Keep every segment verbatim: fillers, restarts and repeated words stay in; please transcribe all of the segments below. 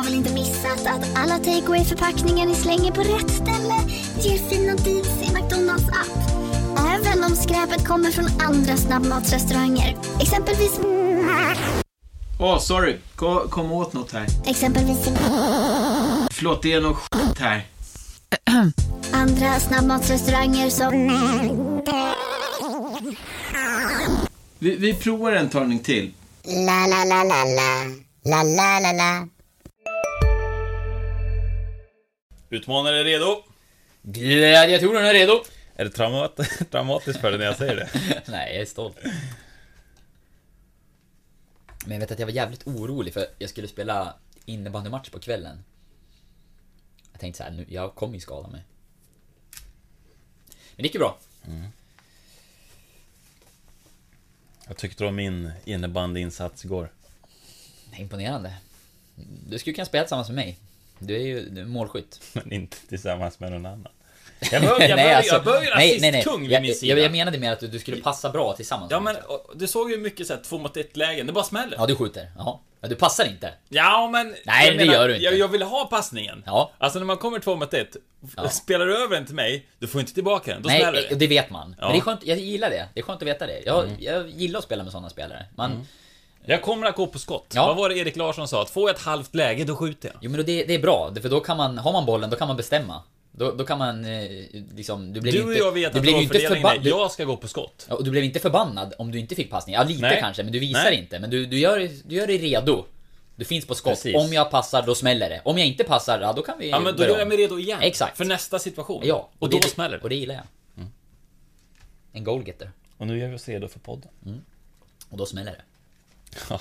har väl inte missat att alla takeaway-förpackningar ni slänger på rätt ställe ger fina deals i McDonalds app. Även om skräpet kommer från andra snabbmatsrestauranger. Exempelvis... Åh, oh, sorry. Kom, kom åt något här. Exempelvis... Förlåt, det är något skit här. Andra snabbmatsrestauranger som... Vi, vi provar en talning till. La la la la la. La la la la. Utmanare är redo. Gladiatorerna är redo. Är det traumat- traumatiskt för dig när jag säger det? Nej, jag är stolt. Men jag vet att jag var jävligt orolig för jag skulle spela innebandymatch på kvällen. Jag tänkte så här, nu, jag kommer ju skada mig. Men det gick ju bra. Mm. Jag tyckte om min innebandyinsats igår. Imponerande. Du skulle kunna spela tillsammans med mig. Du är ju du är målskytt. Men inte tillsammans med någon annan. Jag bör, jag nej, bör, alltså, jag bör ju nej, nej, nej. assistkung vid jag, min sida. jag, jag menade mer att du, du skulle passa bra tillsammans. Ja, men och, du såg ju mycket så här, två mot ett lägen. Det bara smäller. Ja, du skjuter. Jaha. Ja, du passar inte. Ja, men... Nej, jag det menar, gör du inte. Jag, jag vill ha passningen. Ja. Alltså när man kommer två mot ett, Ja. spelar du över den till mig, du får inte tillbaka den. Då Nej, smäller det. det vet man. Ja. Men det är skönt, jag gillar det. Det är skönt att veta det. Jag, Mm. jag gillar att spela med sådana spelare. Man... Mm. Jag kommer att gå på skott. Ja. Vad var det Erik Larsson sa? Att få ett halvt läge, då skjuter jag. Jo, men det, det är bra. För då kan man, har man bollen, då kan man bestämma. Då, då kan man eh, liksom... Du, blev Du och inte, jag vet du att blev ju inte rollfördelningen är, förba- du, jag ska gå på skott. ja, och du blev inte förbannad om du inte fick passning. Ja, lite Nej. kanske, men du visar Nej. inte. Men du, du, gör, du gör dig redo. Du finns på skott. Precis. Om jag passar, då smäller det. Om jag inte passar, ja, då kan vi... Ja, men då börja gör jag om. mig redo igen. Exakt. För nästa situation. Ja, och, det, då smäller det. Och det gillar jag. Mm. En goalgetter. Och nu gör vi oss redo för podden. Mm. Och då smäller det. Ja.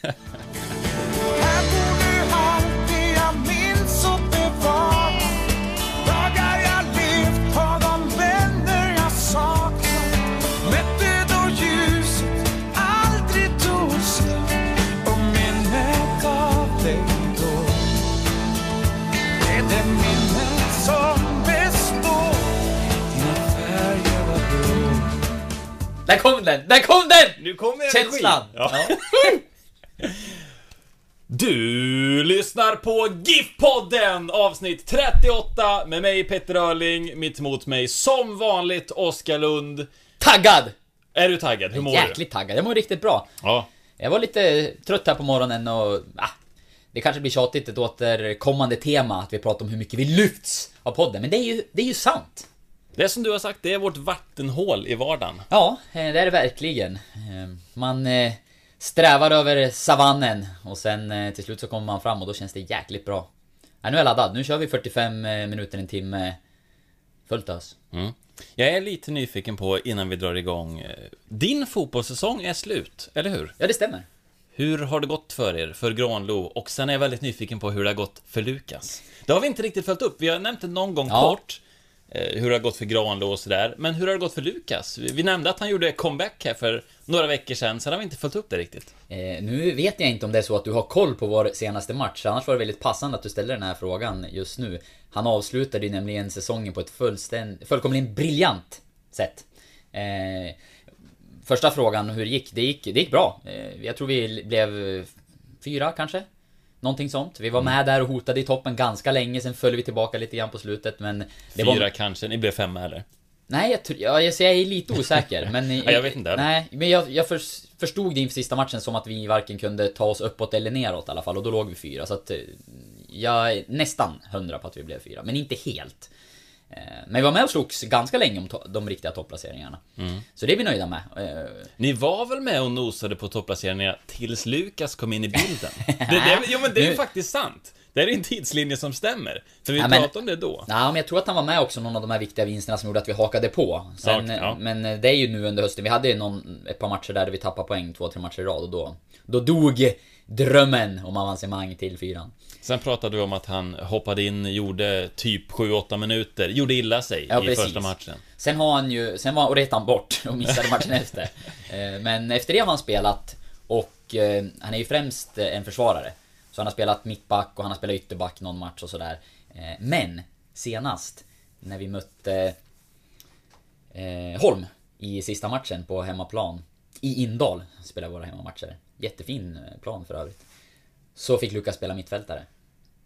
Här borde allt det jag minns och bevar. Dagar jag levt har de vänner jag saknar. Mätte då ljuset aldrig tog slut. Och minnet av dig då är det minnet som består. Dina färger var blå. Där kom den! Där kom den! Nu kommer Känslan! Ja. Ja. Du lyssnar på GIF-podden avsnitt trettioåtta med mig Petter Örling, mitt emot mig som vanligt Oskar Lund. Taggad! Är du taggad? Hur mår Jäkligt taggad, jag mår riktigt bra. du? Ja. Jag var lite trött här på morgonen och... Ah, det kanske blir tjatigt ett återkommande tema att vi pratar om hur mycket vi lyfts av podden. Men det är ju, det är ju sant. Det är som du har sagt, det är vårt vattenhål i vardagen. Ja, det är det verkligen. Eh, Man eh, strävar över savannen och sen eh, till slut så kommer man fram och då känns det jäkligt bra. Ja, nu är jag laddad, nu kör vi fyrtiofem minuter, en timme fullt ös. Mm. Jag är lite nyfiken på, innan vi drar igång, eh, din fotbollssäsong är slut, eller hur? Ja, det stämmer. Hur har det gått för er, för Granlo? Och sen är jag väldigt nyfiken på hur det har gått för Lukas. Det har vi inte riktigt följt upp, vi har nämnt det någon gång Ja. kort, eh, hur det har gått för Granlo och sådär. Men hur har det gått för Lukas? Vi, vi nämnde att han gjorde comeback här för några veckor sedan, sen har vi inte följt upp det riktigt. Eh, nu vet jag inte om det är så att du har koll på vår senaste match. Annars var det väldigt passande att du ställer den här frågan just nu. Han avslutade ju nämligen säsongen på ett fullständ... fullkomligen briljant sätt. Eh, första frågan, hur det gick? Det gick, det gick bra. Eh, jag tror vi blev fyra kanske. Någonting sånt. Vi var med där och hotade i toppen ganska länge. Sen följde vi tillbaka lite grann på slutet. Men det Fyra var... kanske, ni blev femma eller? Nej, jag, tror, ja, jag, jag är lite osäker. Men, Ja, jag vet inte. Nej, men jag, jag för, förstod det inför sista matchen som att vi varken kunde ta oss uppåt eller neråt i alla fall. Och då låg vi fyra. Så att jag är nästan hundra på att vi blev fyra. Men inte helt. Men vi var med och slogs ganska länge om to- de riktiga topplaceringarna. Mm. Så det är vi nöjda med. Ni var väl med och nosade på topplaceringarna tills Lukas kom in i bilden? det, det, jo, men det är ju Nu- faktiskt sant. Det är en tidslinje som stämmer. För vi Ja, men- pratade om det då. Nej, men jag tror att han var med också någon av de här viktiga vinsterna som gjorde att vi hakade på. Sen, Ja, okej, ja. Men det är ju nu under hösten. Vi hade ju någon, ett par matcher där vi tappade poäng, två, tre matcher i rad. Och då, då dog drömmen om avancemang till fyran. Sen pratade du om att han hoppade in, gjorde typ sju åtta minuter, gjorde illa sig Ja, i precis. första matchen. Sen har han ju, sen var och ret han bort och missade matchen efter. Eh, Men efter det har han spelat och eh, han är ju främst eh, en försvarare. Så han har spelat mittback och han har spelat ytterback någon match och sådär. Eh, Men senast när vi mötte eh, Holm i sista matchen på hemmaplan i Indal, spelar våra hemmamatcher. Jättefin plan för övrigt. Så fick Lukas spela mittfältare.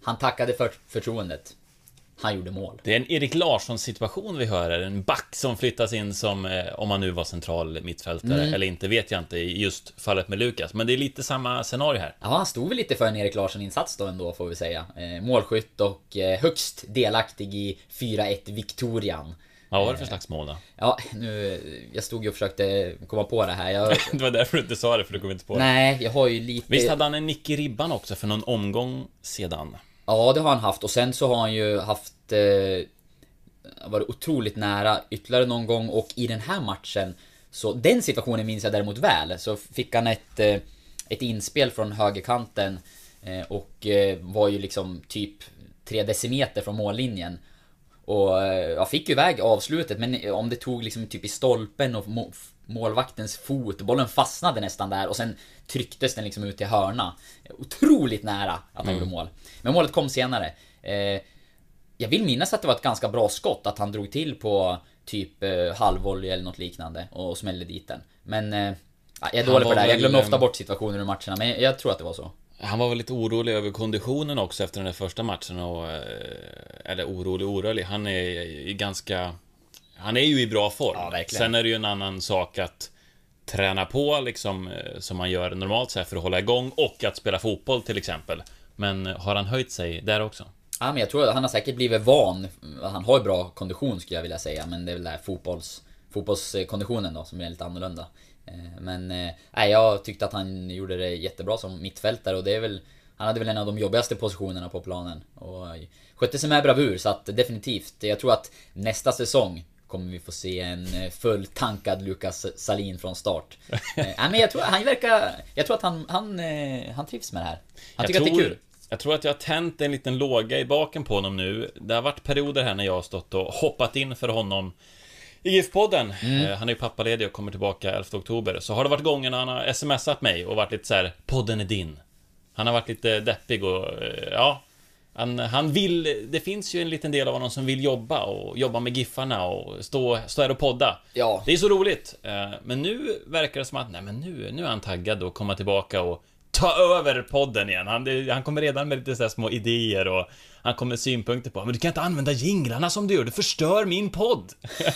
Han tackade för förtroendet. Han gjorde mål. Det är en Erik Larsson-situation vi hör här. En back som flyttas in som, eh, om han nu var central mittfältare mm. eller inte, vet jag inte i just fallet med Lukas. Men det är lite samma scenario här. Ja, han stod väl lite för en Erik Larsson-insats då ändå, får vi säga. Eh, målskytt och eh, högst delaktig i fyra ett Victorian. Ja, vad var det för slags mål då? Ja, nu, jag stod ju och försökte komma på det här. Jag... det var därför du inte sa det, för du kom inte på det. Nej, jag har ju lite... Visst hade han en nick i ribban också för någon omgång sedan? Ja, det har han haft. Och sen så har han ju haft... Eh, varit otroligt nära ytterligare någon gång. Och i den här matchen, så den situationen minns jag däremot väl. Så fick han ett, eh, ett inspel från högerkanten. Eh, och eh, var ju liksom typ tre decimeter från mållinjen. Och jag fick ju iväg avslutet, men om det tog liksom typ i stolpen och målvaktens fot, bollen fastnade nästan där och sen trycktes den liksom ut till hörna. Otroligt nära att han mm. gjorde mål. Men målet kom senare. eh, Jag vill minnas att det var ett ganska bra skott, att han drog till på typ eh, halvvolley eller något liknande och smällde dit den. Men eh, jag är dålig på det där. Jag glömmer ofta bort situationer i matcherna, men jag tror att det var så. Han var väl lite orolig över konditionen också efter den där första matchen och, eller orolig, orolig. Han är ganska... Han är ju i bra form. Ja, verkligen. Sen är det ju en annan sak att träna på liksom, som man gör normalt så här för att hålla igång, och att spela fotboll till exempel. Men har han höjt sig där också? Ja, men jag tror att han har säkert blivit van. Han har ju bra kondition skulle jag vilja säga, men det är väl där fotbolls, fotbollskonditionen då som är lite annorlunda. Men nej, jag tyckte att han gjorde det jättebra som mittfältare, och det är väl, han hade väl en av de jobbigaste positionerna på planen och skötte sig med bravur, så att definitivt, jag tror att nästa säsong kommer vi få se en fulltankad Lukas Salin från start. Nej, men jag tror han verkar, jag tror att han han han trivs med det här. Han tycker tror, att det är kul. Jag tror att jag har tänt en liten låga i baken på honom nu. Det har varit perioder här när jag har stått och hoppat in för honom i GIF-podden. Mm. Han är ju pappaledig och kommer tillbaka elfte oktober. Så har det varit gånger när han har smsat mig och varit lite så här: podden är din. Han har varit lite deppig och ja, han, han vill, det finns ju en liten del av honom som vill jobba och jobba med giffarna och stå, stå här och podda. Ja. Det är så roligt. Men nu verkar det som att nej, men nu, nu är han taggad att komma tillbaka och ta över podden igen. Han, han kommer redan med lite så här små idéer och han kommer med synpunkter på: men du kan inte använda jinglarna som du gör, du förstör min podd.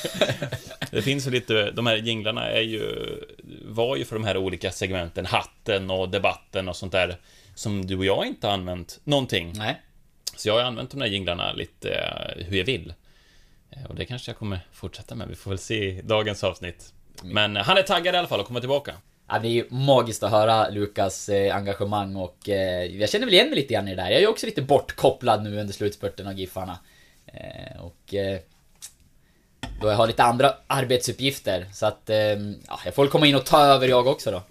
Det finns ju lite, de här jinglarna är ju, var ju för de här olika segmenten, hatten och debatten och sånt där, som du och jag inte har använt någonting. Nej. Så jag har använt de här jinglarna lite hur jag vill. Och det kanske jag kommer fortsätta med. Vi får väl se i dagens avsnitt. Men han är taggad i alla fall att komma tillbaka. Ja, det är ju magiskt att höra Lukas eh, engagemang och eh, jag känner väl igen mig lite grann i det där. Jag är ju också lite bortkopplad nu under slutspurten av Giffarna. Eh, och eh, då jag har lite andra arbetsuppgifter, så att eh, ja, jag får väl komma in och ta över jag också då.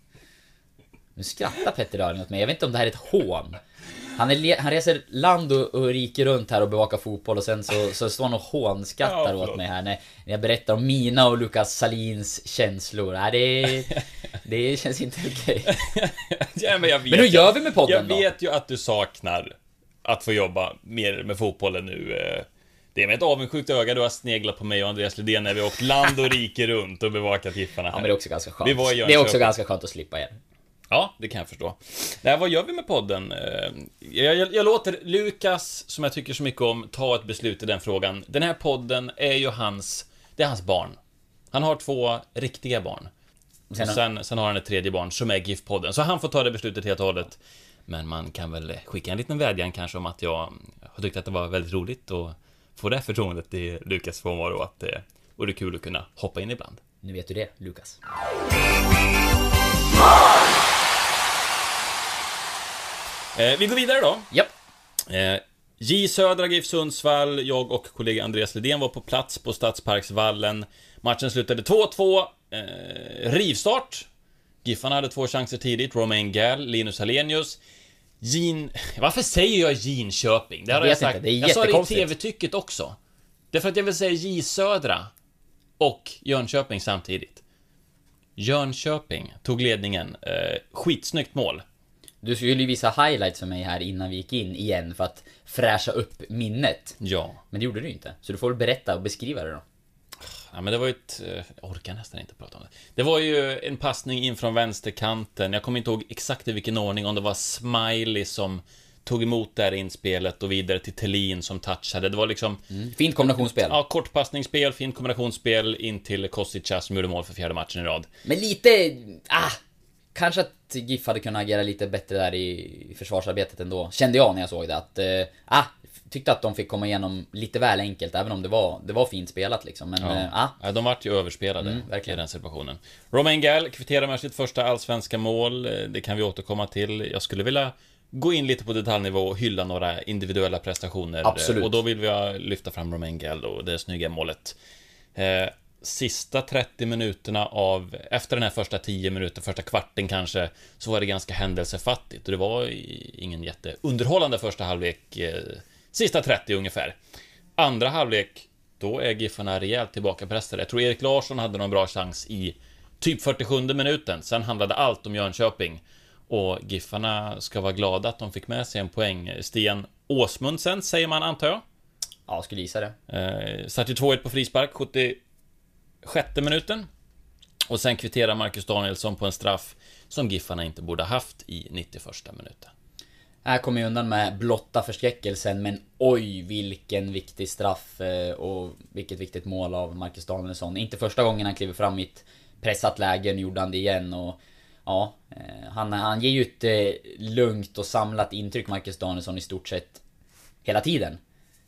Nu skrattar Petter Röling åt mig. Jag vet inte om det här är ett hån. Han, är, han reser land och, och riker runt här och bevakar fotboll, och sen så, så står han och hånskrattar ja, åt mig här när, när jag berättar om mina och Lukas Salins känslor. Nej, det, det känns inte okej. Ja, men, jag vet, men hur gör vi med podden jag då? Jag vet ju att du saknar att få jobba mer med fotbollen nu. Det är med ett avundsjukt öga du har sneglat på mig och Andreas Lidén när vi åkt land och rike runt och bevakat Giffarna här. Ja, men det är också ganska skönt. Vi var det är också ganska skönt att slippa er. Ja, det kan jag förstå. Nej, vad gör vi med podden? Jag, jag, jag låter Lukas, som jag tycker så mycket om, ta ett beslut i den frågan. Den här podden är ju hans, det är hans barn. Han har två riktiga barn. Sen, sen, sen har han ett tredje barn som är GIF-podden. Så han får ta det beslutet helt och hållet. Men man kan väl skicka en liten vädjan kanske om att jag har tyckt att det var väldigt roligt att få det förtroendet i Lukas frånvaro, och att det vore kul att kunna hoppa in ibland. Nu vet du det, Lukas. Eh, vi går vidare då. Japp. Eh, J Södra GIF Sundsvall. Jag och kollega Andreas Lidén var på plats på Stadsparksvallen. Matchen slutade två två. Eh, rivstart. Giffarna hade två chanser tidigt. Romain Gall, Linus Hallenius. Gin... Varför säger jag Jinköping? Det har jag, jag sagt. Inte, det är jag sa det i tv-tycket också. Därför att jag vill säga J Södra och Jönköping samtidigt. Jönköping tog ledningen. Eh, skitsnyggt mål. Du skulle ju visa highlights för mig här innan vi gick in igen för att fräscha upp minnet. Ja. Men det gjorde du inte. Så du får väl berätta och beskriva det då. Ja, men det var ju ett... Jag orkar nästan inte prata om det. Det var ju en passning in från vänsterkanten. Jag kommer inte ihåg exakt i vilken ordning. Om det var Smiley som tog emot det här inspelet och vidare till Thelin som touchade. Det var liksom mm. Fint kombinationsspel. Ja, kortpassningsspel, fint kombinationsspel in till Kostica som gjorde mål för fjärde matchen i rad. Men lite, ah, kanske att GIF hade kunnat agera lite bättre där i försvarsarbetet ändå. Kände jag när jag såg det att, eh, ah, tyckte att de fick komma igenom lite väl enkelt, även om det var, det var fint spelat liksom. Men, ja. eh, ah. ja, de vart ju överspelade mm, verkligen. i den situationen. Romain Gall kvitterar med sitt första allsvenska mål. Det kan vi återkomma till. Jag skulle vilja gå in lite på detaljnivå och hylla några individuella prestationer. Absolut. Och då vill vi lyfta fram Romain Gall och det snygga målet. Eh, sista trettio minuterna av, efter den här första tio minuter, första kvarten kanske, så var det ganska händelsefattigt. Och det var ingen jätteunderhållande första halvlek, eh, sista trettio ungefär. Andra halvlek, då är Giffarna rejält tillbakapressade. Jag tror Erik Larsson hade någon bra chans i typ fyrtiosjunde minuten. Sen handlade allt om Jönköping. Och Giffarna ska vara glada att de fick med sig en poäng. Stian Åsmundsen säger man, antar jag. Ja, skulle gissa det. Eh, satt ju två ett på frispark, sjuttiosjätte minuten. Och sen kvitterar Marcus Danielsson på en straff som Giffarna inte borde ha haft i nittioförsta minuten. Här kommer jag undan med blotta förskräckelsen, men oj vilken viktig straff och vilket viktigt mål av Marcus Danielsson. Inte första gången han kliver fram i ett pressat läge, nu gjorde han det igen och ja, han, han ger ju ett lugnt och samlat intryck, Marcus Danielsson, i stort sett hela tiden.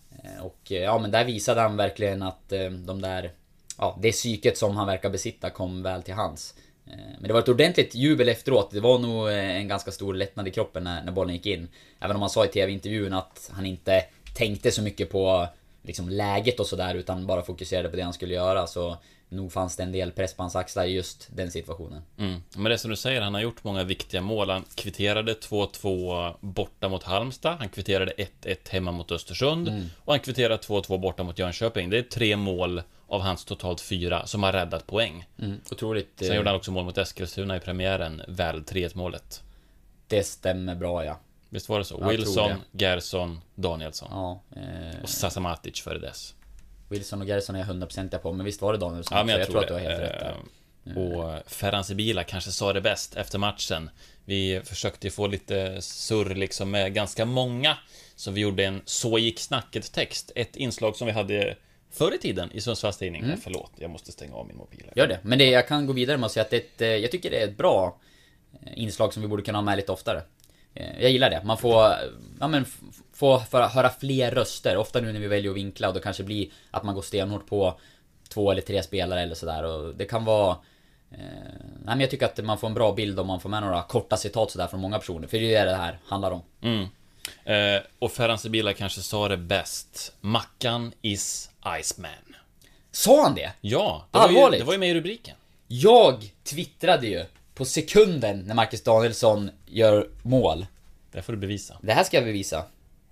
Och ja, men där visade han verkligen att de där, ja, det psyket som han verkar besitta kom väl till hands. Men det var ett ordentligt jubel efteråt. Det var nog en ganska stor lättnad i kroppen när, när bollen gick in. Även om han sa i tv-intervjun att han inte tänkte så mycket på liksom läget och sådär, utan bara fokuserade på det han skulle göra. Så nog fanns det en del press på hans axlar i just den situationen. Mm. Men det som du säger, han har gjort många viktiga mål. Han kvitterade två två borta mot Halmstad. Han kvitterade ett ett hemma mot Östersund. Mm. Och han kvitterade två två borta mot Jönköping. Det är tre mål av hans totalt fyra som har räddat poäng. Mm. Otroligt. Sen gjorde han också mål mot Eskilstuna i premiären, väl tre ett målet. Det stämmer bra, ja. Visst var det så? Jag Wilson, Gerson, Danielsson. Ja, eh... och Sasamatic före dess. Wilson och Gerson är jag hundra procent på, men visst var det Danielsson? Ja, men jag, jag tror, tror att du har det. helt rätt där. Och Ferhan Sibila kanske sa det bäst efter matchen. Vi försökte få lite surr liksom med ganska många, så vi gjorde en Så gick snacket-text. Ett inslag som vi hade förr i tiden i Sundsvalls Tidning. Mm. Förlåt, jag måste stänga av min mobil här. Gör det, men det, jag kan gå vidare med att säga att det, jag tycker det är ett bra inslag som vi borde kunna ha med lite oftare. Jag gillar det, man får, ja, men, få höra fler röster. Ofta nu när vi väljer att vinkla, och då kanske blir att man går stenhårt på två eller tre spelare eller sådär. Och det kan vara eh, nej, men jag tycker att man får en bra bild om man får med några korta citat sådär från många personer. För det är det här handlar om. Mm. eh, Och Ferhan Sibila kanske sa det bäst. Mackan is Iceman. Sa han det? Ja, det var, ju, det var ju med i rubriken. Jag twittrade ju på sekunden när Marcus Danielsson gör mål. Det får du bevisa. Det här ska jag bevisa.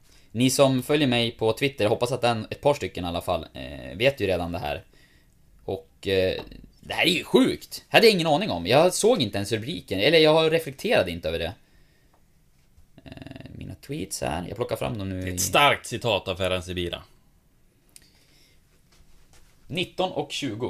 Ni som följer mig på Twitter, jag hoppas att en, ett par stycken i alla fall eh, vet ju redan det här. Och eh, det här är ju sjukt. Det hade jag ingen aning om. Jag såg inte ens rubriken, eller jag reflekterade inte över det. eh, Mina tweets här, jag plockar fram dem nu. Ett starkt citat av Ferhan Sibila. nitton och tjugo.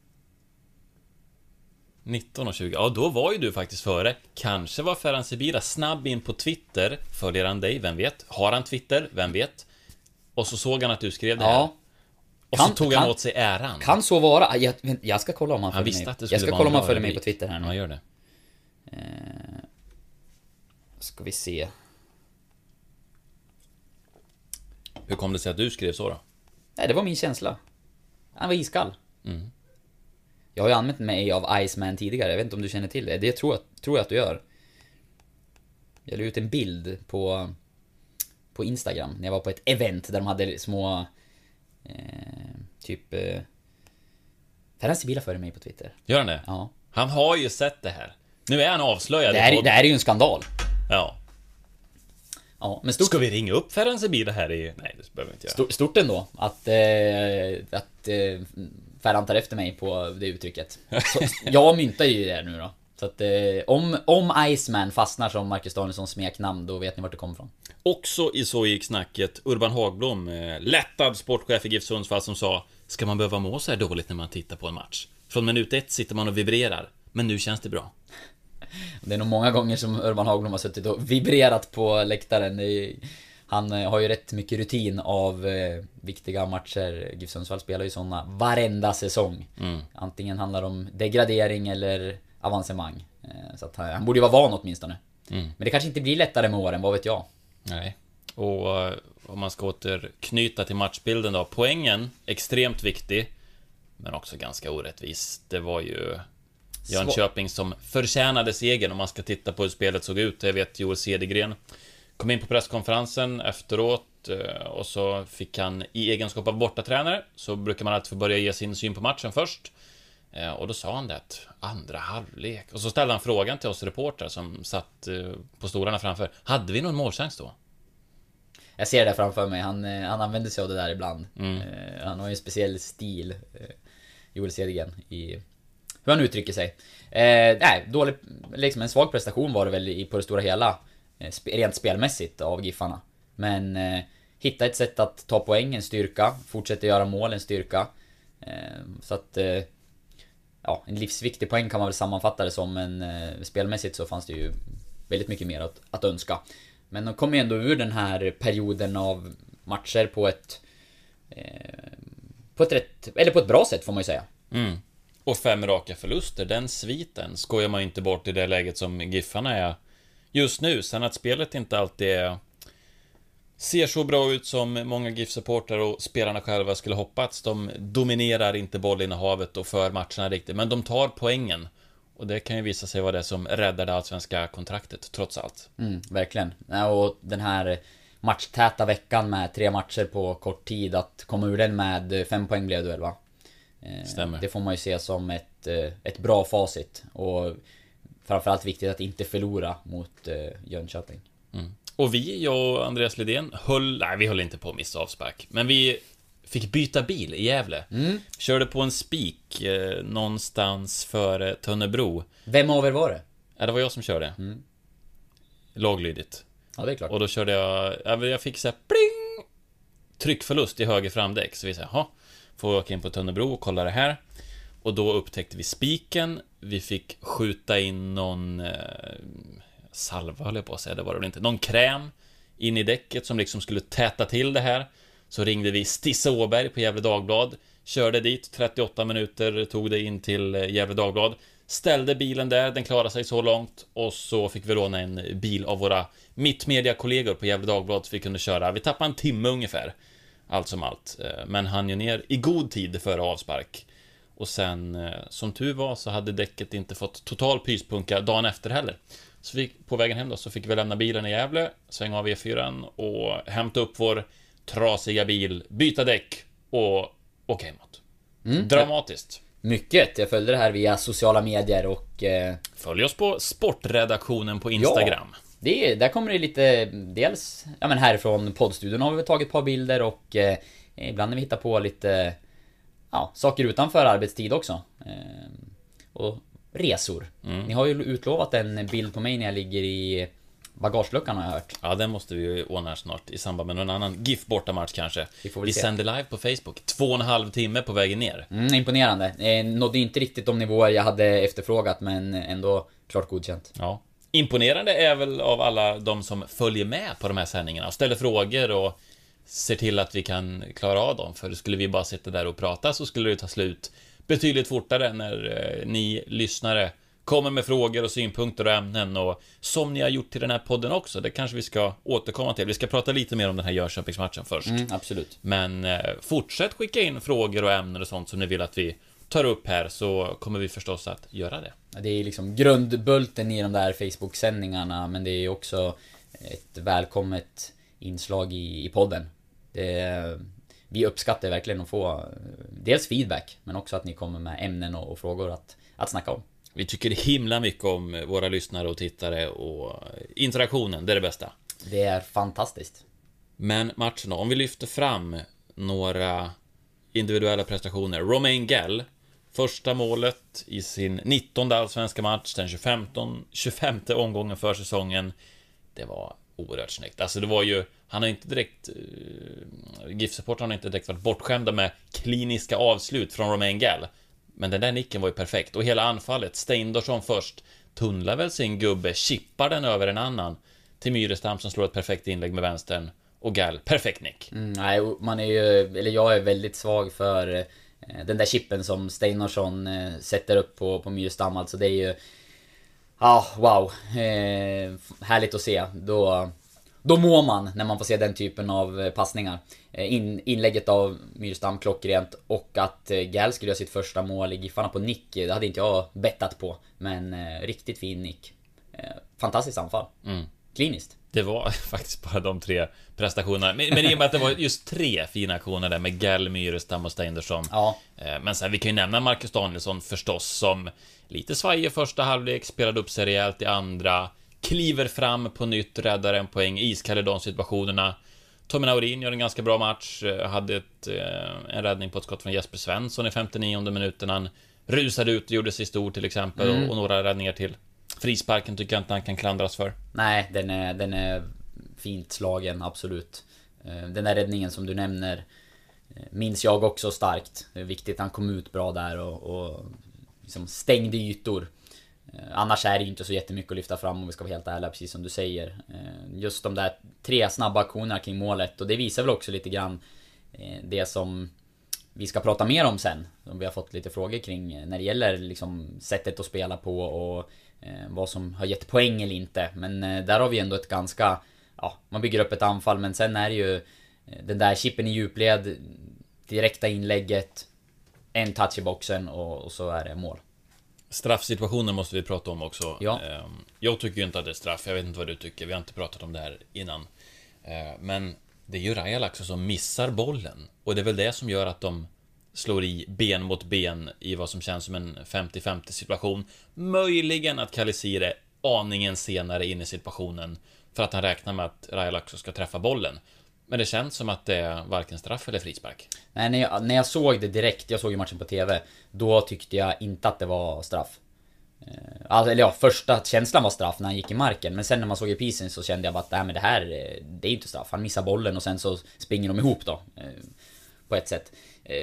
nitton och tjugo, ja då var ju du faktiskt före. Kanske var Ferhan Sibila snabb in på Twitter. Följer han dig, vem vet? Har han Twitter, vem vet? Och så såg han att du skrev det här. Ja. Och Kan- så tog kan- han åt sig äran. Kan så vara. Jag, jag ska kolla om han Han följer visste mig. att det Jag skulle ska vara kolla en om han bra följer mig på rubrik. Twitter här nu. Ja, gör det. Eh, ska vi se. Hur kom det sig att du skrev så då? Nej, det var min känsla. Han var iskall. Mm. Jag har ju använt mig av Iceman tidigare. Jag vet inte om du känner till det. Det tror jag, tror jag att du gör. Jag la ut en bild på på Instagram när jag var på ett event där de hade små eh, typ eh, Ferhan Sibila före mig på Twitter. Gör han det? Ja. Han har ju sett det här. Nu är han avslöjad. Det här, det här är ju en skandal. Ja. Ja, men stort, Ska vi ringa upp Ferhan Sibila här i... Nej, det behöver vi inte göra. stort, stort ändå att, eh, att eh, Ferhan tar efter mig på det uttrycket. Så, jag myntar ju det nu då. Så att eh, om, om Iceman fastnar som Marcus Danielssons smeknamn, då vet ni vart det kommer från. Också i Så gick snacket Urban Hagblom, eh, lättad sportchef i GIF Sundsvall, som sa: ska man behöva må så här dåligt när man tittar på en match? Från minut ett sitter man och vibrerar, men nu känns det bra. Det är nog många gånger som Urban Hagblom har suttit och vibrerat på läktaren. Han har ju rätt mycket rutin av eh, viktiga matcher. GIF Sundsvall spelar ju sådana varenda säsong. Mm. Antingen handlar det om degradering eller avancemang. Eh, så att han, han borde ju vara van åtminstone. Mm. Men det kanske inte blir lättare med åren, vad vet jag. Nej. Och om man ska återknyta till matchbilden då. Poängen, extremt viktig. Men också ganska orättvis. Det var ju Jönköping som förtjänade segern om man ska titta på hur spelet såg ut. Jag vet Joel Cedergren kom in på presskonferensen efteråt och så fick han i egenskap av bortatränare, så brukar man alltid få börja ge sin syn på matchen först. Och då sa han det att andra halvlek. Och så ställde han frågan till oss reportrar som satt på stolarna framför. Hade vi någon målchans då? Jag ser det framför mig. Han, han använder sig av det där ibland. Mm. Han har ju en speciell stil, Joel Cedergren, i hur han uttrycker sig. Eh, nej, dålig, liksom en svag prestation var det väl i, på det stora hela. Rent spelmässigt av Giffarna. Men eh, hitta ett sätt att ta poäng, en styrka. Fortsätta göra mål, en styrka. eh, Så att eh, ja, en livsviktig poäng kan man väl sammanfatta det som. Men eh, spelmässigt så fanns det ju väldigt mycket mer att, att önska. Men de kom ju ändå ur den här perioden av matcher på ett eh, På ett rätt, eller på ett bra sätt får man ju säga. Mm. Och fem raka förluster, den sviten skojar man inte bort i det läget som Giffarna är just nu. Sen att spelet inte alltid är, ser så bra ut som många GIF-supportrar och spelarna själva skulle hoppats. De dominerar inte bollinnehavet och för matcherna riktigt, men de tar poängen. Och det kan ju visa sig vara det som räddar det allsvenska kontraktet, trots allt. Mm, verkligen. Och den här matchtäta veckan med tre matcher på kort tid, att komma ur den med fem poäng blev det väl, va? Stämmer. Det får man ju se som ett, ett bra facit. Och framförallt viktigt att inte förlora mot Jönköping. Mm. Och vi, jag och Andreas Lidén höll, nej vi höll inte på att missa avspark, men vi fick byta bil i Gävle. Mm. Körde på en spik eh, någonstans före Tönnebro. Vem av er var det? Ja, det var jag som körde. Mm. Laglydigt. Ja, det är klart. Och då körde jag, jag, jag fick så här pling, tryckförlust i höger framdäck. Så vi sa, jaha, får åka in på Tönnebro och kolla det här. Och då upptäckte vi spiken. Vi fick skjuta in någon eh, salva, höll jag på att säga, det var det väl inte. Någon kräm in i däcket som liksom skulle täta till det här. Så ringde vi Stisse Åberg på Gävle Dagblad. Körde dit, trettioåtta minuter tog det in till Gävle Dagblad. Ställde bilen där, den klarade sig så långt. Och så fick vi låna en bil av våra mittmedia-kollegor på Gävle Dagblad, så vi kunde köra. Vi tappade en timme ungefär, allt som allt. Men han ju ner i god tid före avspark. Och sen, som tur var, så hade däcket inte fått total pyspunka dagen efter heller. Så vi, på vägen hem då, så fick vi lämna bilen i Gävle, svänga av E fyra och hämta upp vår trasiga bil, byta däck och åka hemåt. Mm. Dramatiskt. Mycket, jag följde det här via sociala medier och eh... följ oss på sportredaktionen på Instagram. Ja, det är, där kommer det lite, dels ja, men härifrån poddstudion har vi tagit ett par bilder. Och eh, ibland när vi hittar på lite ja, saker utanför arbetstid också. eh, Och resor. mm. Ni har ju utlovat en bild på mig när jag ligger i bagageluckan, har jag hört. Ja, den måste vi ju ordna snart i samband med någon annan GIF bortamatch kanske. Vi, får vi sänder live på Facebook. Två och en halv timme på vägen ner. Mm, imponerande. Eh, nådde inte riktigt de nivåer jag hade efterfrågat, men ändå klart godkänt. Ja. Imponerande är väl av alla de som följer med på de här sändningarna och ställer frågor och ser till att vi kan klara av dem. För skulle vi bara sitta där och prata så skulle det ta slut betydligt fortare när eh, ni lyssnare kommer med frågor och synpunkter och ämnen, och som ni har gjort till den här podden också. Det kanske vi ska återkomma till. Vi ska prata lite mer om den här Jönköpingsmatchen först. Mm, absolut. Men eh, fortsätt skicka in frågor och ämnen och sånt som ni vill att vi tar upp här, så kommer vi förstås att göra det. Det är liksom grundbulten i de där Facebook-sändningarna, men det är också ett välkommet inslag i, i podden. Det, vi uppskattar verkligen att få dels feedback, men också att ni kommer med ämnen och, och frågor att, att snacka om. Vi tycker himla mycket om våra lyssnare och tittare, och interaktionen, det är det bästa. Det är fantastiskt. Men matchen då, om vi lyfter fram några individuella prestationer. Romain Gall, första målet i sin nittonde allsvenska match, den tjugofemte omgången för säsongen. Det var oerhört snyggt. Alltså det var ju, han har inte direkt uh, GIF-supportrarna har inte direkt varit bortskämda med kliniska avslut från Romain Gall. Men den där nicken var ju perfekt. Och hela anfallet, Steindorsson först, tunnlar väl sin gubbe, chippar den över en annan till Myrestam som slår ett perfekt inlägg med vänstern. Och Gall, perfekt nick. Mm, nej, man är ju, eller jag är väldigt svag för eh, den där chippen som Steinarsson eh, sätter upp på, på Myrestam. Alltså det är ju... Ja, ah, wow. Eh, härligt att se. Då, då mår man när man får se den typen av passningar. Eh, in, inlägget av Myrestam klockrent. Och att eh, Gall skulle göra sitt första mål i Giffarna på nick, det hade inte jag bettat på. Men eh, riktigt fin nick. Eh, fantastiskt anfall. Mm. Kliniskt. Det var faktiskt bara de tre prestationerna. Men, men i och med att det var just tre fina aktioner där med Gall, Myrestam och Steindersson. Ja. Men sen vi kan ju nämna Marcus Danielsson förstås, som lite svajig i första halvlek, spelade upp sig rejält i andra, kliver fram på nytt, räddar en poäng, iskall i de situationerna. Tommy Naurin gör en ganska bra match, hade ett, en räddning på ett skott från Jesper Svensson i femtionionde minuten. Han rusade ut och gjorde sig stor till exempel, mm. och, och några räddningar till. Frisparken tycker jag inte han kan klandras för. Nej, den är, den är fint slagen, absolut. Den där räddningen som du nämner minns jag också starkt. Det är viktigt att han kom ut bra där och, och liksom stängde ytor. Annars är det inte så jättemycket att lyfta fram, om vi ska vara helt ärliga, precis som du säger. Just de där tre snabba aktionerna kring målet, och det visar väl också lite grann det som vi ska prata mer om sen, som vi har fått lite frågor kring när det gäller liksom sättet att spela på och vad som har gett poäng eller inte. Men där har vi ändå ett ganska... Ja, man bygger upp ett anfall, men sen är det ju den där chippen i djupled, direkta inlägget, en touch i boxen och, och så är det mål. Straffsituationen måste vi prata om också. Ja. Jag tycker ju inte att det är straff, jag vet inte vad du tycker, vi har inte pratat om det här innan. Men det är ju Rajalax som missar bollen, och det är väl det som gör att de slår i ben mot ben i vad som känns som en femtio femtio situation. Möjligen att Kalisir är aningen senare in i situationen för att han räknar med att Rajalax ska träffa bollen. Men det känns som att det är varken straff eller frispark. Nej, när jag, när jag såg det direkt, jag såg ju matchen på tv, då tyckte jag inte att det var straff. Alltså, eller ja, första känslan var straff när han gick i marken. Men sen när man såg episen så kände jag bara att nej, men det här, det är inte straff. Han missar bollen och sen så springer de ihop då, på ett sätt.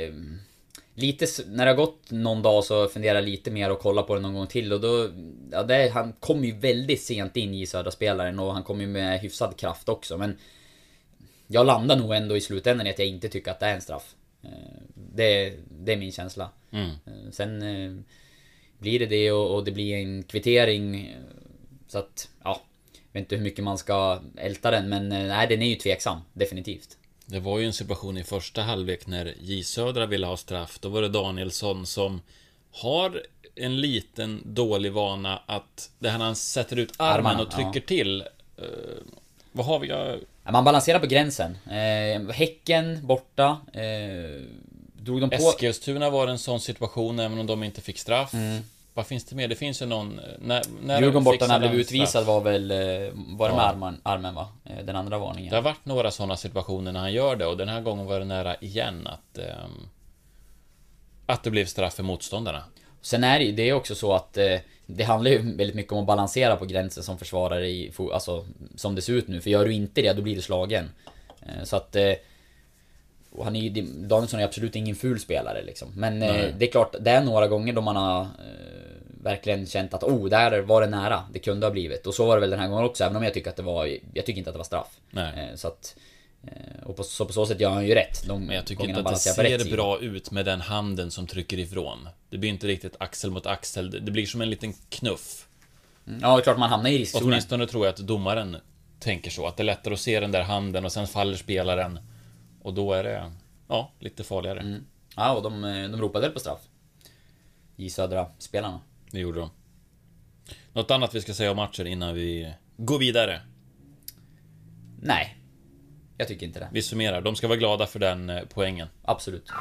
Lite, när det har gått någon dag så funderar jag lite mer och kollar på det någon gång till. Och då, ja, det, han kom ju väldigt sent in i södra spelaren, och han kom ju med hyfsad kraft också. Men jag landar nog ändå i slutändan i att jag inte tycker att det är en straff. Det, det är min känsla. Mm. Sen blir det det, och, och det blir en kvittering. Så att, ja, jag vet inte hur mycket man ska älta den. Men nej, den är ju tveksam, definitivt. Det var ju en situation i första halvlek när J Södra ville ha straff. Då var det Danielsson som har en liten dålig vana att det här, han sätter ut armen Armarna, och trycker ja. till. Uh, vad har vi? Jag... Man balanserar på gränsen. Eh, häcken borta. Eh, drog de på... Eskilstuna var en sån situation även om de inte fick straff. Mm. Vad finns det mer? Det finns ju någon... När, när Djurgården borta när han blev straff. utvisad var väl... Var det med Ja. armen, armen va? Den andra varningen. Det har varit några sådana situationer när han gör det, och den här gången var det nära igen att... Um, att det blev straff för motståndarna. Sen är det, det är också så att eh, det handlar ju väldigt mycket om att balansera på gränsen som försvarare i, alltså, som det ser ut nu. För gör du inte det, då blir du slagen. Eh, så att eh, och han är ju, Danielsson är absolut ingen ful spelare liksom. Men eh, det är klart, det är några gånger då man har eh, verkligen känt att oh, där var det nära, det kunde ha blivit. Och så var det väl den här gången också, även om jag tycker att det var, jag tycker inte att det var straff. Nej. Eh, så att och på, så på så sätt gör han ju rätt. De Men jag tycker gångerna inte att det balanserar på rätt ser sida. bra ut med den handen som trycker ifrån. Det blir inte riktigt axel mot axel. Det blir som en liten knuff. Mm. Ja, det är klart man hamnar i riskzonen. Åtminstone tror jag att domaren tänker så. Att det är lättare att se den där handen och sen faller spelaren. Och då är det, ja, lite farligare. Mm. Ja, och de, de ropade väl på straff i södra spelarna. Det gjorde de. Något annat vi ska säga om matchen innan vi går vidare? Nej, jag tycker inte det. Vi summerar. De ska vara glada för den eh, poängen. Absolut.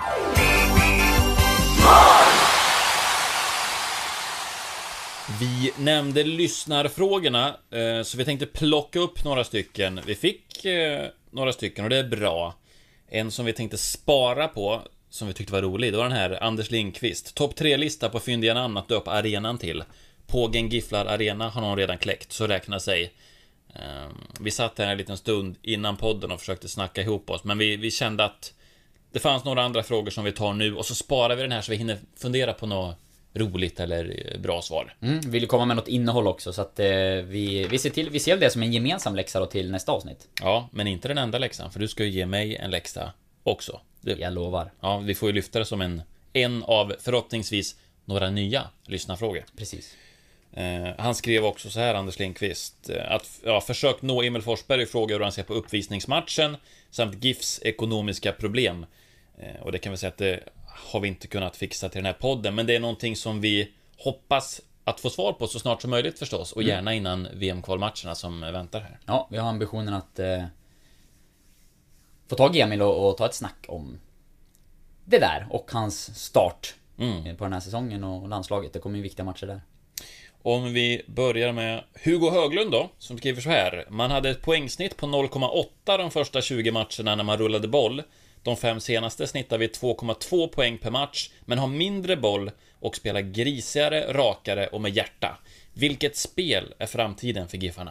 Vi nämnde lyssnarfrågorna, eh, så vi tänkte plocka upp några stycken. Vi fick eh, några stycken och det är bra. En som vi tänkte spara på, som vi tyckte var rolig, det var den här Anders Lindqvist. Topp tre-lista på fyndiga namn att döpa arenan till. Pågen Gifflar Arena har någon redan kläckt, så räknar sig. Vi satt här en liten stund innan podden och försökte snacka ihop oss, men vi, vi kände att det fanns några andra frågor som vi tar nu, och så sparar vi den här så vi hinner fundera på några roligt eller bra svar. Mm, vill ju komma med något innehåll också, så att eh, vi, vi ser till, vi ser det som en gemensam läxa då till nästa avsnitt. Ja, men inte den enda läxan, för du ska ju ge mig en läxa också. Du, Jag lovar. ja, vi får ju lyfta det som en, en av förhoppningsvis några nya lyssnarfrågor. Precis. Eh, han skrev också så här, Anders Lindqvist, eh, att ja, försök nå Emil Forsberg och fråga hur han ser på uppvisningsmatchen samt GIFs ekonomiska problem. Eh, och det kan vi säga att det har vi inte kunnat fixa till den här podden, men det är någonting som vi hoppas att få svar på så snart som möjligt förstås, och gärna innan V M-kvalmatcherna som väntar här. Ja, vi har ambitionen att eh, få tag i Emil och, och ta ett snack om det där och hans start Mm. på den här säsongen och landslaget. Det kommer ju viktiga matcher där. Om vi börjar med Hugo Höglund då, som skriver så här: man hade ett poängsnitt på noll komma åtta de första tjugo matcherna när man rullade boll. De fem senaste snittar vi två komma två poäng per match, men har mindre boll och spelar grisigare, rakare och med hjärta. Vilket spel är framtiden för Giffarna?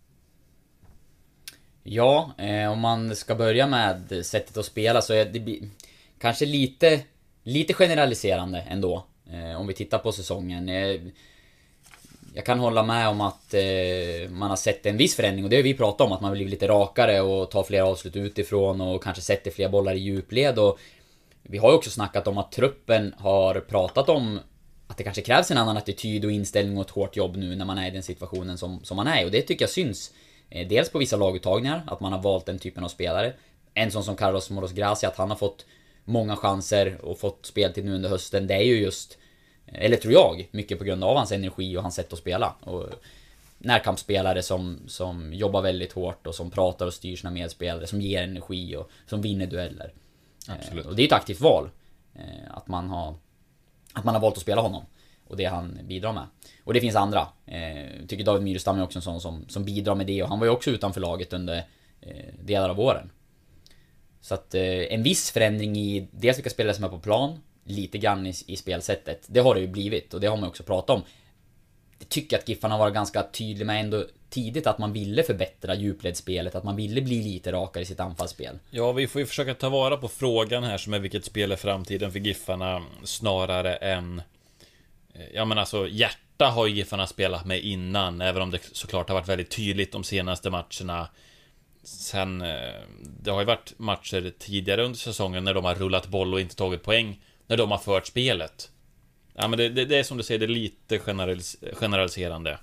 Ja, eh, om man ska börja med sättet att spela så är det kanske lite, lite generaliserande ändå. Eh, om vi tittar på säsongen. Eh, jag kan hålla med om att eh, man har sett en viss förändring, och det har vi pratat om, att man blir lite rakare och tar fler avslut utifrån och kanske sätter fler bollar i djupled. Och vi har ju också snackat om att truppen har pratat om att det kanske krävs en annan attityd och inställning och ett hårt jobb nu när man är i den situationen som, som man är. Och det tycker jag syns eh, dels på vissa laguttagningar, att man har valt den typen av spelare. En sån som Carlos Moros Gracia, att han har fått många chanser och fått speltid nu under hösten. Det är ju just, eller tror jag, mycket på grund av hans energi och hans sätt att spela. Och närkampsspelare som, som jobbar väldigt hårt och som pratar och styr sina medspelare, som ger energi och som vinner dueller. Absolut. Och det är ett aktivt val att man har att man har valt att spela honom och det han bidrar med. Och det finns andra. Jag tycker David Myrestam är också en sån som, som bidrar med det, och han var ju också utanför laget under delar av åren. Så att en viss förändring i dels vilka spelare som är på plan, lite grann i, i spelsättet, det har det ju blivit, och det har man också pratat om. Jag tycker att Giffarna var ganska tydlig med ändå tidigt att man ville förbättra djupledsspelet, att man ville bli lite rakare i sitt anfallsspel. Ja, vi får ju försöka ta vara på frågan här, som är vilket spel är framtiden för Giffarna, snarare än... Ja, men alltså, hjärta har ju Giffarna spelat med innan, även om det såklart har varit väldigt tydligt de senaste matcherna. Sen, det har ju varit matcher tidigare under säsongen när de har rullat boll och inte tagit poäng, när de har fört spelet. Ja, men det, det, det är som du säger, det är lite generalis generaliserande.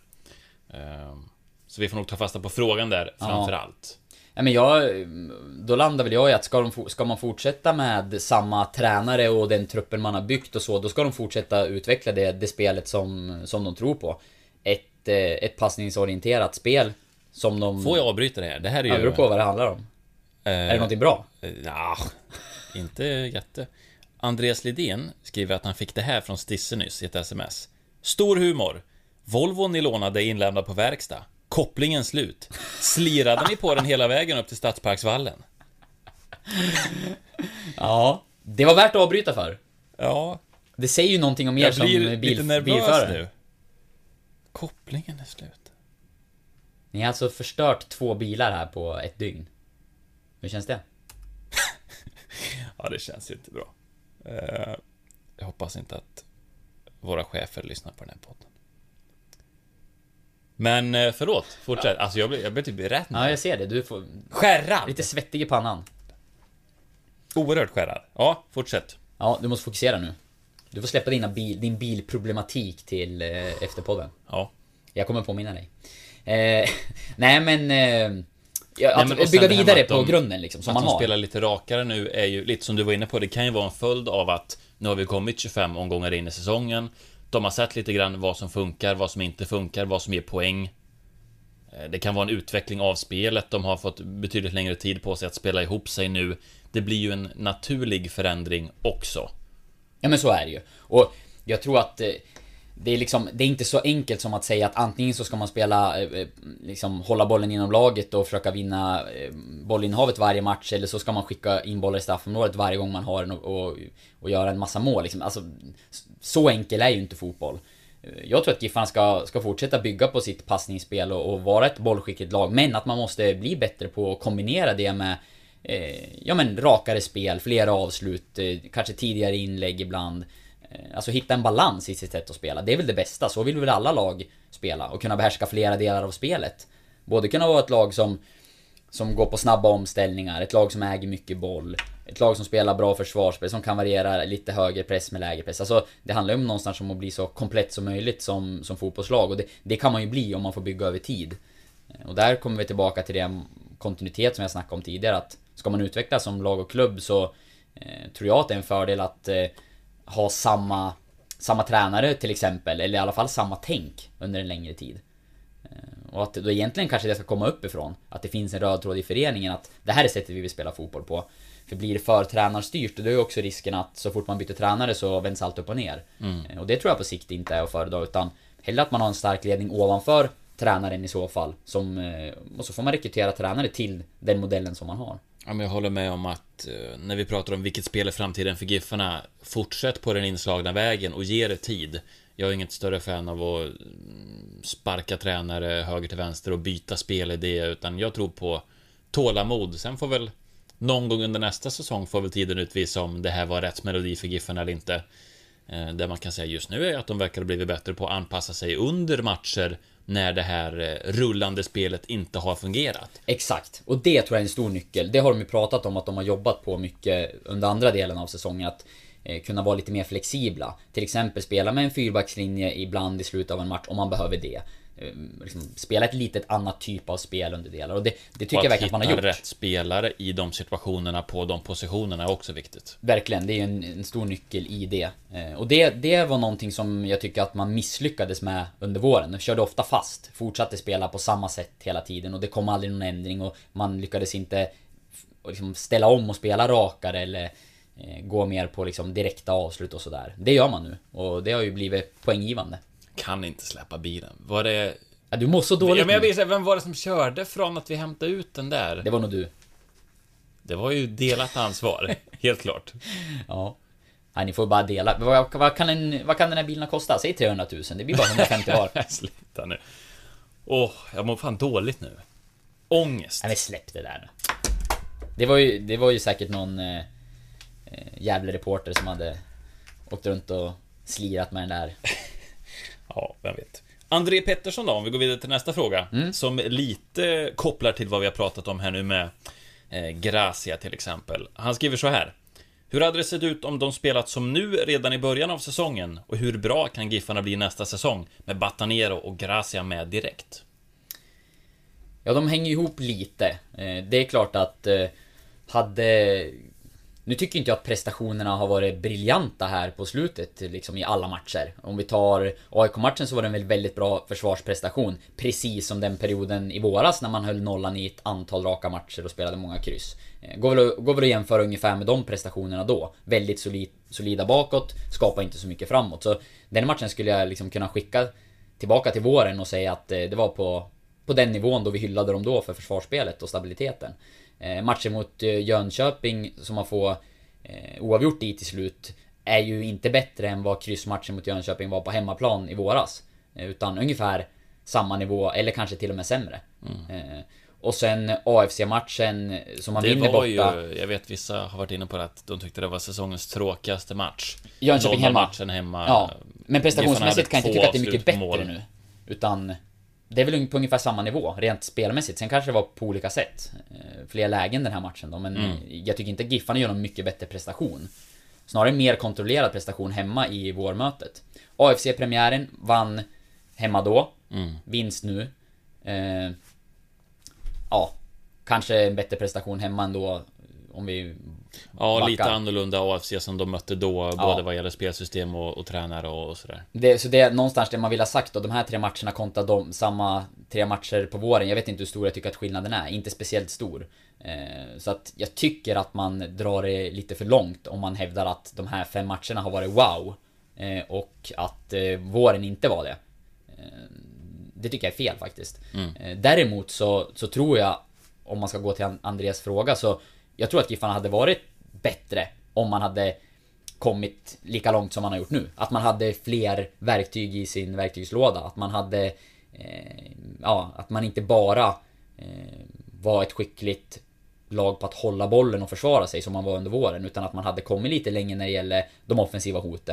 Så vi får nog ta fasta på frågan där, framför allt. Ja, men jag, då landar väl jag i att ska, de, ska man fortsätta med samma tränare och den truppen man har byggt och så, då ska de fortsätta utveckla det, det spelet som, som de tror på. Ett, ett passningsorienterat spel som de... Får jag avbryta det här? Det här är ju... Jag beror på vad det handlar om. Eh, är det någonting bra? Ja, inte jätte. Andreas Lidén skriver att han fick det här från Stisse nyss i ett sms. Stor humor. Volvon ni lånade inlämnad på verkstad. Kopplingen slut. Slirade ni på den hela vägen upp till Stadsparksvallen? Ja, det var värt att avbryta för. Ja. Det säger ju någonting om er Jag som blir bil, lite nervös bilförare. nu. Kopplingen är slut. Ni har alltså förstört två bilar här på ett dygn. Hur känns det? Ja, det känns inte bra. uh, Jag hoppas inte att våra chefer lyssnar på den här podden. Men uh, förlåt, fortsätt. Alltså jag blir, jag blir typ rätt nu. Ja, jag ser det. Du får skärrad. lite svettig i pannan. Oerhört skärrad. Ja, fortsätt. Ja, du måste fokusera nu. Du får släppa dina bil, din bilproblematik till eh, efterpodden. Ja. Jag kommer påminna dig. Eh, nej men... Eh, ja, Nej, att men och sen bygga det här vidare med att på de- grunden liksom, som Att man de har. spelar lite rakare nu är ju lite som du var inne på. Det kan ju vara en följd av att nu har vi kommit tjugofem omgångar in i säsongen. De har sett lite grann vad som funkar, vad som inte funkar, vad som ger poäng. Eh, Det kan vara en utveckling av spelet. De har fått betydligt längre tid på sig att spela ihop sig nu. Det blir ju en naturlig förändring också. Ja men så är det ju. Och jag tror att eh, det är liksom, det är inte så enkelt som att säga att antingen så ska man spela eh, liksom hålla bollen inom laget och försöka vinna eh, bollinnehavet varje match, eller så ska man skicka in bollar i straffområdet varje gång man har den och, och, och göra en massa mål liksom. Alltså, så enkel är ju inte fotboll. Jag tror att Giffarna ska, ska fortsätta bygga på sitt passningsspel och, och vara ett bollskickligt lag, men att man måste bli bättre på att kombinera det med eh, ja men rakare spel, flera avslut, eh, kanske tidigare inlägg ibland. Alltså hitta en balans i sitt sätt att spela. Det är väl det bästa, så vill väl alla lag spela. Och kunna behärska flera delar av spelet. Både kunna vara ett lag som Som går på snabba omställningar, ett lag som äger mycket boll, ett lag som spelar bra försvarsspel, som kan variera lite högre press med lägre press. Alltså det handlar ju om någonstans om att bli så komplett som möjligt som, som fotbollslag. Och det, det kan man ju bli om man får bygga över tid. Och där kommer vi tillbaka till det kontinuitet som jag snackade om tidigare, att ska man utvecklas som lag och klubb så eh, tror jag att det är en fördel att eh, ha samma, samma tränare till exempel, eller i alla fall samma tänk under en längre tid. Och att då egentligen kanske det ska komma uppifrån, att det finns en röd tråd i föreningen, att det här är sättet vi vill spela fotboll på. För blir det för tränarstyrt, då är ju också risken att så fort man byter tränare så vänds allt upp och ner. Mm. Och det tror jag på sikt inte är att föredra, utan hellre att man har en stark ledning ovanför tränaren i så fall, som, och så får man rekrytera tränare till den modellen som man har. Ja, men jag håller med om att när vi pratar om vilket spel är framtiden för Giffarna, fortsätt på den inslagna vägen och ge det tid. Jag är inget större fan av att sparka tränare höger till vänster och byta spelidé, utan jag tror på tålamod. Sen får väl någon gång under nästa säsong får väl tiden utvisa om det här var rätt melodi för Giffarna eller inte. Det man kan säga just nu är att de verkar ha blivit bättre på att anpassa sig under matcher när det här rullande spelet inte har fungerat. Exakt, och det tror jag är en stor nyckel. Det har de ju pratat om att de har jobbat på mycket under andra delen av säsongen, att kunna vara lite mer flexibla. Till exempel spela med en fyrbackslinje ibland i slutet av en match om man behöver det. Liksom spela ett litet annat typ av spel under delar. Och det, det tycker och jag verkligen att man har gjort. rätt spelare i de situationerna på de positionerna är också viktigt. Verkligen, det är ju en, en stor nyckel i det. Och det, det var någonting som jag tycker att man misslyckades med under våren. De körde ofta fast, fortsatte spela på samma sätt hela tiden och det kom aldrig någon ändring och man lyckades inte liksom ställa om och spela rakare eller gå mer på liksom direkta avslut och sådär. Det gör man nu och det har ju blivit poänggivande. Kan inte släppa bilen. Var det... Ja, du mår så dåligt. Ja, men jag vill säga, vem var det som körde från att vi hämtade ut den där? Det var nog du. Det var ju delat ansvar, helt klart. Ja. Nej, ni får bara dela. Vad, vad, kan en, vad kan den här bilen kosta? Säg trehundratusen. Det blir bara hundrafemtio var. Sluta nu. Åh, oh, jag mår fan dåligt nu. Ångest. Nej, men släpp det där nu. Det var ju, det var ju säkert någon eh, jävla reporter som hade åkt runt och slirat med den där. Ja, vem vet. André Pettersson då, om vi går vidare till nästa fråga, mm. som lite kopplar till vad vi har pratat om här nu med eh, Gracia till exempel. Han skriver så här: hur hade det sett ut om de spelat som nu redan i början av säsongen? Och hur bra kan Giffarna bli nästa säsong med Batanero och Gracia med direkt? Ja, de hänger ihop lite. eh, Det är klart att eh, hade... Nu tycker inte jag att prestationerna har varit briljanta här på slutet liksom i alla matcher. Om vi tar A I K-matchen så var det en väldigt bra försvarsprestation. Precis som den perioden i våras när man höll nollan i ett antal raka matcher och spelade många kryss. Går väl, går väl att jämföra ungefär med de prestationerna då. Väldigt solid, solida bakåt, skapar inte så mycket framåt. Så den matchen skulle jag liksom kunna skicka tillbaka till våren och säga att det var på, på den nivån då vi hyllade dem då för försvarsspelet och stabiliteten. Eh, matchen mot eh, Jönköping som man får eh, oavgjort i till slut är ju inte bättre än vad kryssmatchen mot Jönköping var på hemmaplan i våras. Eh, utan ungefär samma nivå, eller kanske till och med sämre. Mm. Eh, och sen A F C-matchen som man det vinner var borta. Ju, jag vet vissa har varit inne på det att de tyckte det var säsongens tråkigaste match. Jönköping hemma. Matchen hemma. Ja, men prestationsmässigt kan jag inte tycka att det är mycket bättre mål. nu. Utan det är väl på ungefär samma nivå rent spelmässigt. Sen kanske det var på olika sätt. Fler lägen den här matchen då. Men mm. jag tycker inte Giffarna gör någon mycket bättre prestation. Snarare mer kontrollerad prestation hemma i vårmötet. A F C-premiären vann hemma då. Mm. Vinst nu. eh, Ja, kanske en bättre prestation hemma ändå. Om vi Ja, backar. lite annorlunda A F C som de mötte då, ja. både vad gäller spelsystem och, och tränare och, och sådär. Det, så det är någonstans det man vill ha sagt då. De här tre matcherna kontra de samma tre matcher på våren. Jag vet inte hur stor jag tycker att skillnaden är. Inte speciellt stor. eh, Så att jag tycker att man drar det lite för långt om man hävdar att de här fem matcherna har varit wow, eh, och att eh, våren inte var det. eh, Det tycker jag är fel faktiskt. mm. eh, Däremot så, så tror jag, om man ska gå till Andreas fråga, så jag tror att Giffarna hade varit bättre om man hade kommit lika långt som man har gjort nu. Att man hade fler verktyg i sin verktygslåda. Att man hade eh, ja, att man inte bara eh, var ett skickligt lag på att hålla bollen och försvara sig som man var under våren, utan att man hade kommit lite längre när det gäller de offensiva hoten.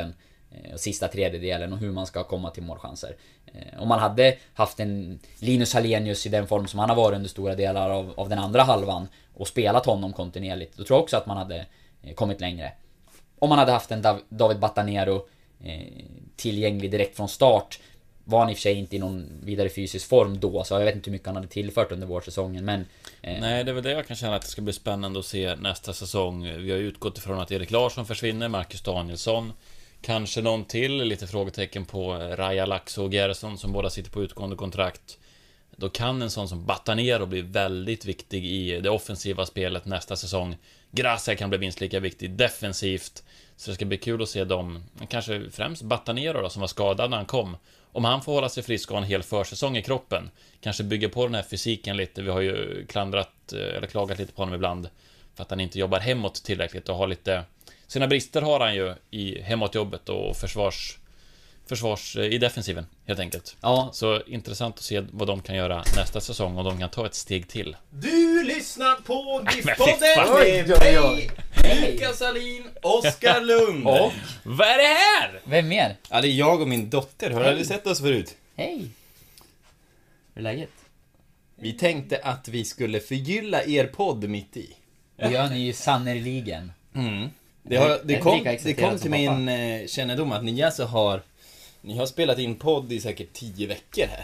och sista tredjedelen och hur man ska komma till målchanser. Om man hade haft en Linus Hallenius i den form som han har varit under stora delar av, av den andra halvan och spelat honom kontinuerligt, då tror jag också att man hade kommit längre. Om man hade haft en Dav- David Batanero eh, tillgänglig direkt från start, var han i och för sig inte i någon vidare fysisk form då, så jag vet inte hur mycket han hade tillfört under vårsäsongen, men eh... Nej, det är väl det jag kan känna att det ska bli spännande att se nästa säsong. Vi har ju utgått ifrån att Erik Larsson försvinner, Marcus Danielsson, kanske någon till, lite frågetecken på Raja Laxo och Gerson som båda sitter på utgående kontrakt. Då kan en sån som Batanero bli väldigt viktig i det offensiva spelet nästa säsong. Gracia kan bli minst lika viktig defensivt. Så det ska bli kul att se dem, kanske främst Batanero då, som var skadad när han kom. Om han får hålla sig frisk och ha en hel försäsong i kroppen, kanske bygga på den här fysiken lite. Vi har ju klandrat, eller klagat lite på honom ibland för att han inte jobbar hemåt tillräckligt och har lite... Sina brister har han ju i hemåtjobbet och försvars... Försvars i defensiven, helt enkelt. Ja. Så intressant att se vad de kan göra nästa säsong och de kan ta ett steg till. Du lyssnar på Men fy GIF-podden fan. med mig, Lukas Alin, Oskar Lund. Och Vad är det här? vem mer? Ja, det är jag och min dotter. Har du aldrig sett oss förut? Hej! Hur är läget? Vi tänkte att vi skulle förgylla er podd mitt i. Det gör ni ju sannerligen. Mm. Det, har, det, Jag är kom, lika det exalterad kom som till pappa. min eh, kännedom att ni alltså har Ni har spelat in podd i säkert tio veckor här.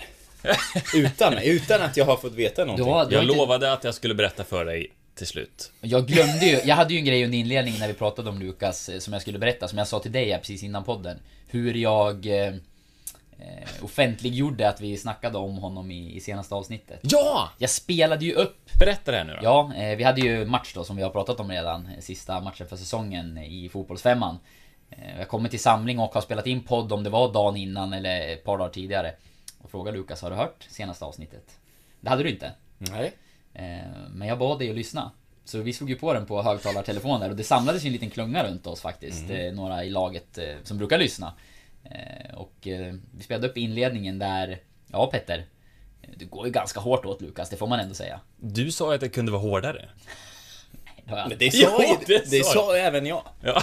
utan, utan att jag har fått veta någonting. Du har, du har Jag inte... lovade att jag skulle berätta för dig till slut. Jag glömde ju, jag hade ju en grej under inledningen när vi pratade om Lukas eh, som jag skulle berätta, som jag sa till dig här precis innan podden. Hur jag eh, eh, offentliggjorde att vi snackade om honom i, i senaste avsnittet. Ja! Jag spelade ju upp. Berätta det här nu då. Ja, eh, vi hade ju match då som vi har pratat om redan, eh, sista matchen för säsongen i fotbollsfemman. eh, Jag kommer till samling och har spelat in podd om det var dagen innan eller ett par dagar tidigare. Och frågade Lukas, har du hört senaste avsnittet? Det hade du inte. Nej. Eh, Men jag bad dig att lyssna. Så vi slog ju på den på högtalartelefon där. Och det samlades ju en liten klunga runt oss faktiskt. Mm. eh, Några i laget eh, som brukar lyssna. eh, Och eh, vi spelade upp inledningen där. Ja, Petter, du går ju ganska hårt åt Lukas, det får man ändå säga. Du sa att det kunde vara hårdare. Det har jag- Men det sa, Jo, ju, det det sa sa även jag. Ja.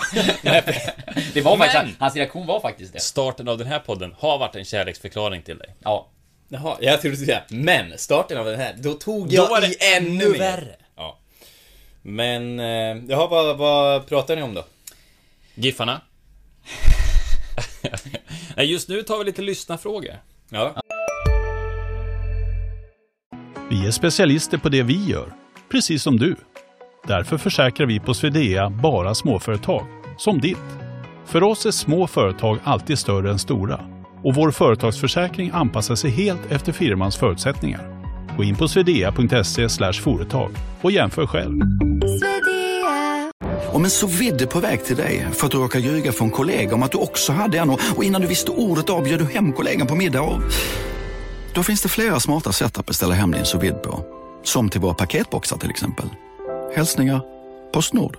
Det var faktiskt, Men- hans reaktion var faktiskt det. Starten av den här podden har varit en kärleksförklaring till dig. Ja, Jaha, jag trodde du skulle säga, men starten av den här, då tog Då jag var det i ännu ännu mer. värre. Ja. Men, eh, jaha, vad, vad pratar ni om då? Giffarna. Nej, just nu tar vi lite lyssnarfrågor. Ja. Vi är specialister på det vi gör, precis som du. Därför försäkrar vi på Swedea bara småföretag, som ditt. För oss är små företag alltid större än stora. Och vår företagsförsäkring anpassar sig helt efter firmans förutsättningar. Gå in på swedea punkt se slash företag och jämför själv. Om en så vidde på väg till dig för att du råkar ljuga från kollega om att du också hade en och innan du visste ordet av bjöd du hem kollegan på middag och... Då finns det flera smarta sätt att beställa hem din sous vide på. Som till våra paketboxar till exempel. Hälsningar Postnord.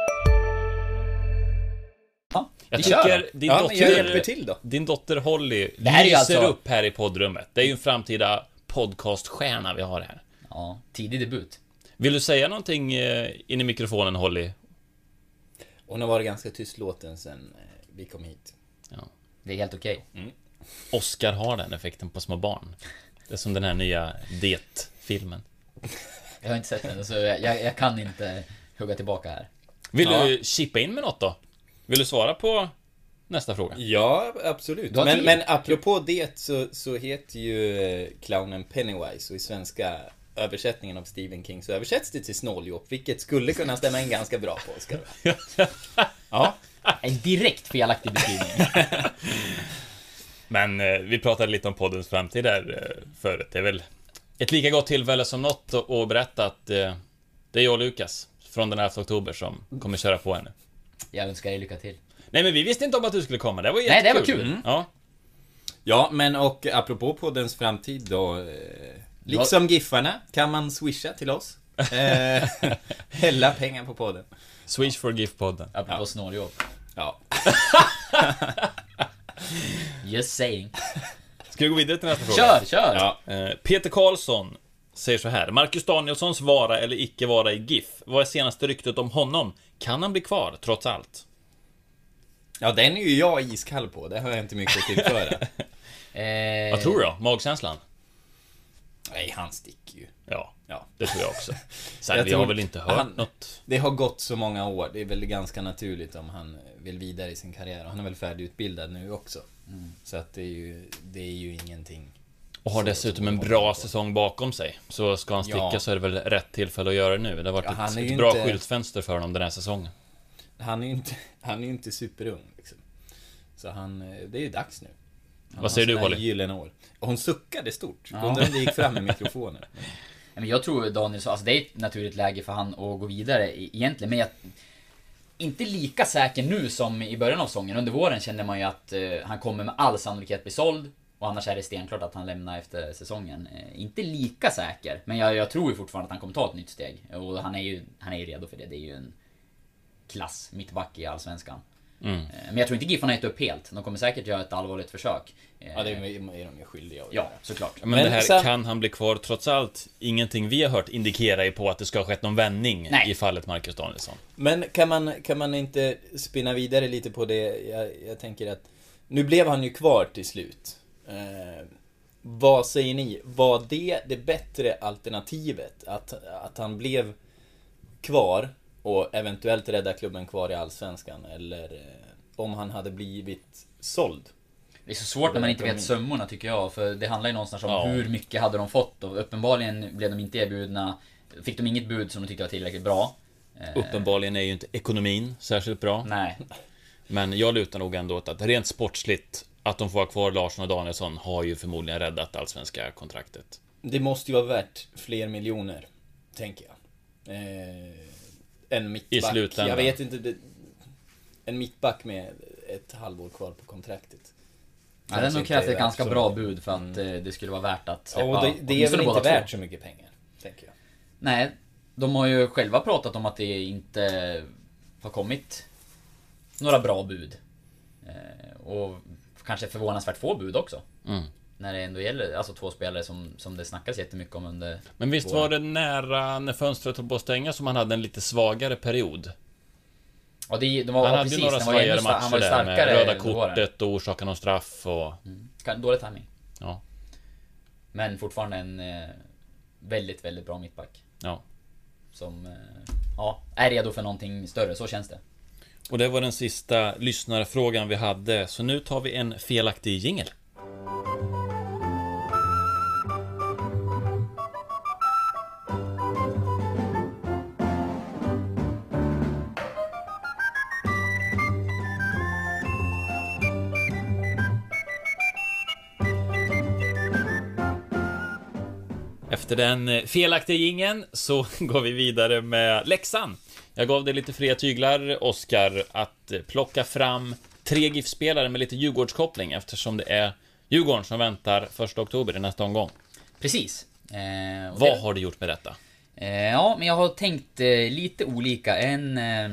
ja Jag vi kör tycker då. din, Ja, men jag dotter, hjälper till då. din dotter Holly Det här är ju lyser alltså- upp här i poddrummet. Det är ju en framtida podcaststjärna vi har här. Ja, tidig debut. Vill du säga någonting eh, in i mikrofonen, Holly? Hon har varit ganska tystlåten sen eh, vi kom hit. Ja. Det är helt okej. Oscar har den effekten på små barn. Det är som den här nya Det-filmen. Jag har inte sett den, så jag, jag, jag kan inte hugga tillbaka här. Vill Ja. du chippa in med något då? Vill du svara på nästa fråga? Ja, absolut. Du har Men, tid. men apropå det så, så heter ju eh, clownen Pennywise och i svenska översättningen av Stephen King så översätts det till snåljåp, vilket skulle kunna stämma in ganska bra på Oscar. Ja. En direkt felaktig beskrivning. Men eh, vi pratade lite om poddens framtid där eh, förut. Det är väl ett lika gott tillfälle som något att, att berätta att eh, det är jag och Lukas från den elfte oktober som kommer köra på henne. Jag önskar dig lycka till. Nej, men vi visste inte om att du skulle komma. Det var Nej, jättekul. det var kul. Mm. Ja. Ja, men och apropå poddens framtid då, eh, liksom Giffarna kan man swisha till oss. Eh, hälla pengar på podden. Swish for GIF-podden. Apropå Ja. snåljobb. Ja. Just saying. Ska vi gå vidare till nästa fråga? Kör, kör! Ja. Eh, Peter Karlsson säger så här: Marcus Danielssons vara eller icke vara i GIF. Vad är senaste ryktet om honom? Kan han bli kvar trots allt? Ja, den är ju jag iskall på. Det har jag inte mycket att tillföra. Eh, Vad tror du då? Magkänslan? Nej, han sticker ju. Ja, Ja. det tror jag också. Sen, Jag vi tror har väl inte hört han- något. Det har gått så många år. Det är väl ganska naturligt om han vill vidare i sin karriär. Och han är väl färdigutbildad nu också. Mm. Så att det är ju, det är ju ingenting. Och har Så- dessutom så- en bra säsong bakom sig. Så ska han sticka Ja. så är det väl rätt tillfälle att göra det nu. Det har varit Ja, han ett, är ju ett bra inte- skyltfönster för honom den här säsongen. Han är ju inte, han är ju inte superung liksom. Så han, det är ju dags nu. Han Vad säger har du, sådana här Holly? gyllene år. Och hon suckade stort. Ja. Undrar om det gick fram med mikrofonen. Men jag tror Daniel, så- alltså det är ett naturligt läge för han att gå vidare e- egentligen, men jag inte lika säker nu som i början av säsongen. Under våren kände man ju att eh, han kommer med all sannolikhet bli såld, och annars är det stenklart att han lämnar efter säsongen. Eh, inte lika säker, men jag, jag tror ju fortfarande att han kommer ta ett nytt steg. Och han är ju, han är ju redo för det. Det är ju en klass mittback i Allsvenskan. Mm. Eh, men jag tror inte Giffarna har gett upp helt. De kommer säkert göra ett allvarligt försök. Eh, Ja, det är, är de ju skyldiga att ja, göra. såklart. Men, Men det här, sen- kan han bli kvar trots allt? Ingenting vi har hört indikerar ju på att det ska ha skett någon vändning Nej. i fallet Marcus Danielsson. Men kan man, kan man inte spinna vidare lite på det? Jag, jag tänker att nu blev han ju kvar till slut. Eh, vad säger ni? Var det det bättre alternativet? Att, att han blev kvar och eventuellt rädda klubben kvar i Allsvenskan? Eller eh, om han hade blivit såld? Det är så svårt när man inte vet summorna tycker jag, för det handlar ju någonstans om Ja. hur mycket hade de fått, och uppenbarligen blev de inte erbjudna. Fick de inget bud som de tyckte var tillräckligt bra. Eh, Uppenbarligen är ju inte ekonomin särskilt bra. Nej. Men jag lutar nog ändå åt att rent sportsligt, att de får ha kvar Larsson och Danielsson har ju förmodligen räddat allsvenska kontraktet. Det måste ju vara värt fler miljoner, tänker jag. Eh, en mittback. I slutändan. Jag vet inte. Det, en mittback med ett halvår kvar på kontraktet. Ja, det har nog inte krävt är ett ganska värt bra så- bud för att eh, det skulle vara värt att Ja, släppa. och det, det är åtminstone väl båda inte två. värt så mycket pengar, tänker jag. Nej, de har ju själva pratat om att det inte har kommit några bra bud. Eh, och kanske förvånansvärt få bud också. Mm. När det ändå gäller alltså två spelare som, som det snackas jättemycket om under... Men visst våren. var det nära när fönstret höll på att stänga som han hade en lite svagare period? Ja, det, de var, Han ja, hade precis, ju några den var ännu svajare sta- han var matcher ju där med starkare röda under våren. kortet och orsaken av straff och... Mm. Dålig timing. Ja, Men fortfarande en eh, väldigt, väldigt bra mittback. ja. Som eh, ja, är redo för någonting större, så känns det. Och det var den sista lyssnarfrågan vi hade, så nu tar vi en felaktig jingle. Efter den eh, felaktiga jingeln så går vi vidare med läxan. Jag gav dig lite fria tyglar, Oskar, att eh, plocka fram tre GIF-spelare med lite Djurgårdskoppling, eftersom det är Djurgården som väntar första oktober i nästa omgång. Precis. Eh, och Vad det- har du gjort med detta? Eh, ja, men jag har tänkt eh, lite olika. En eh,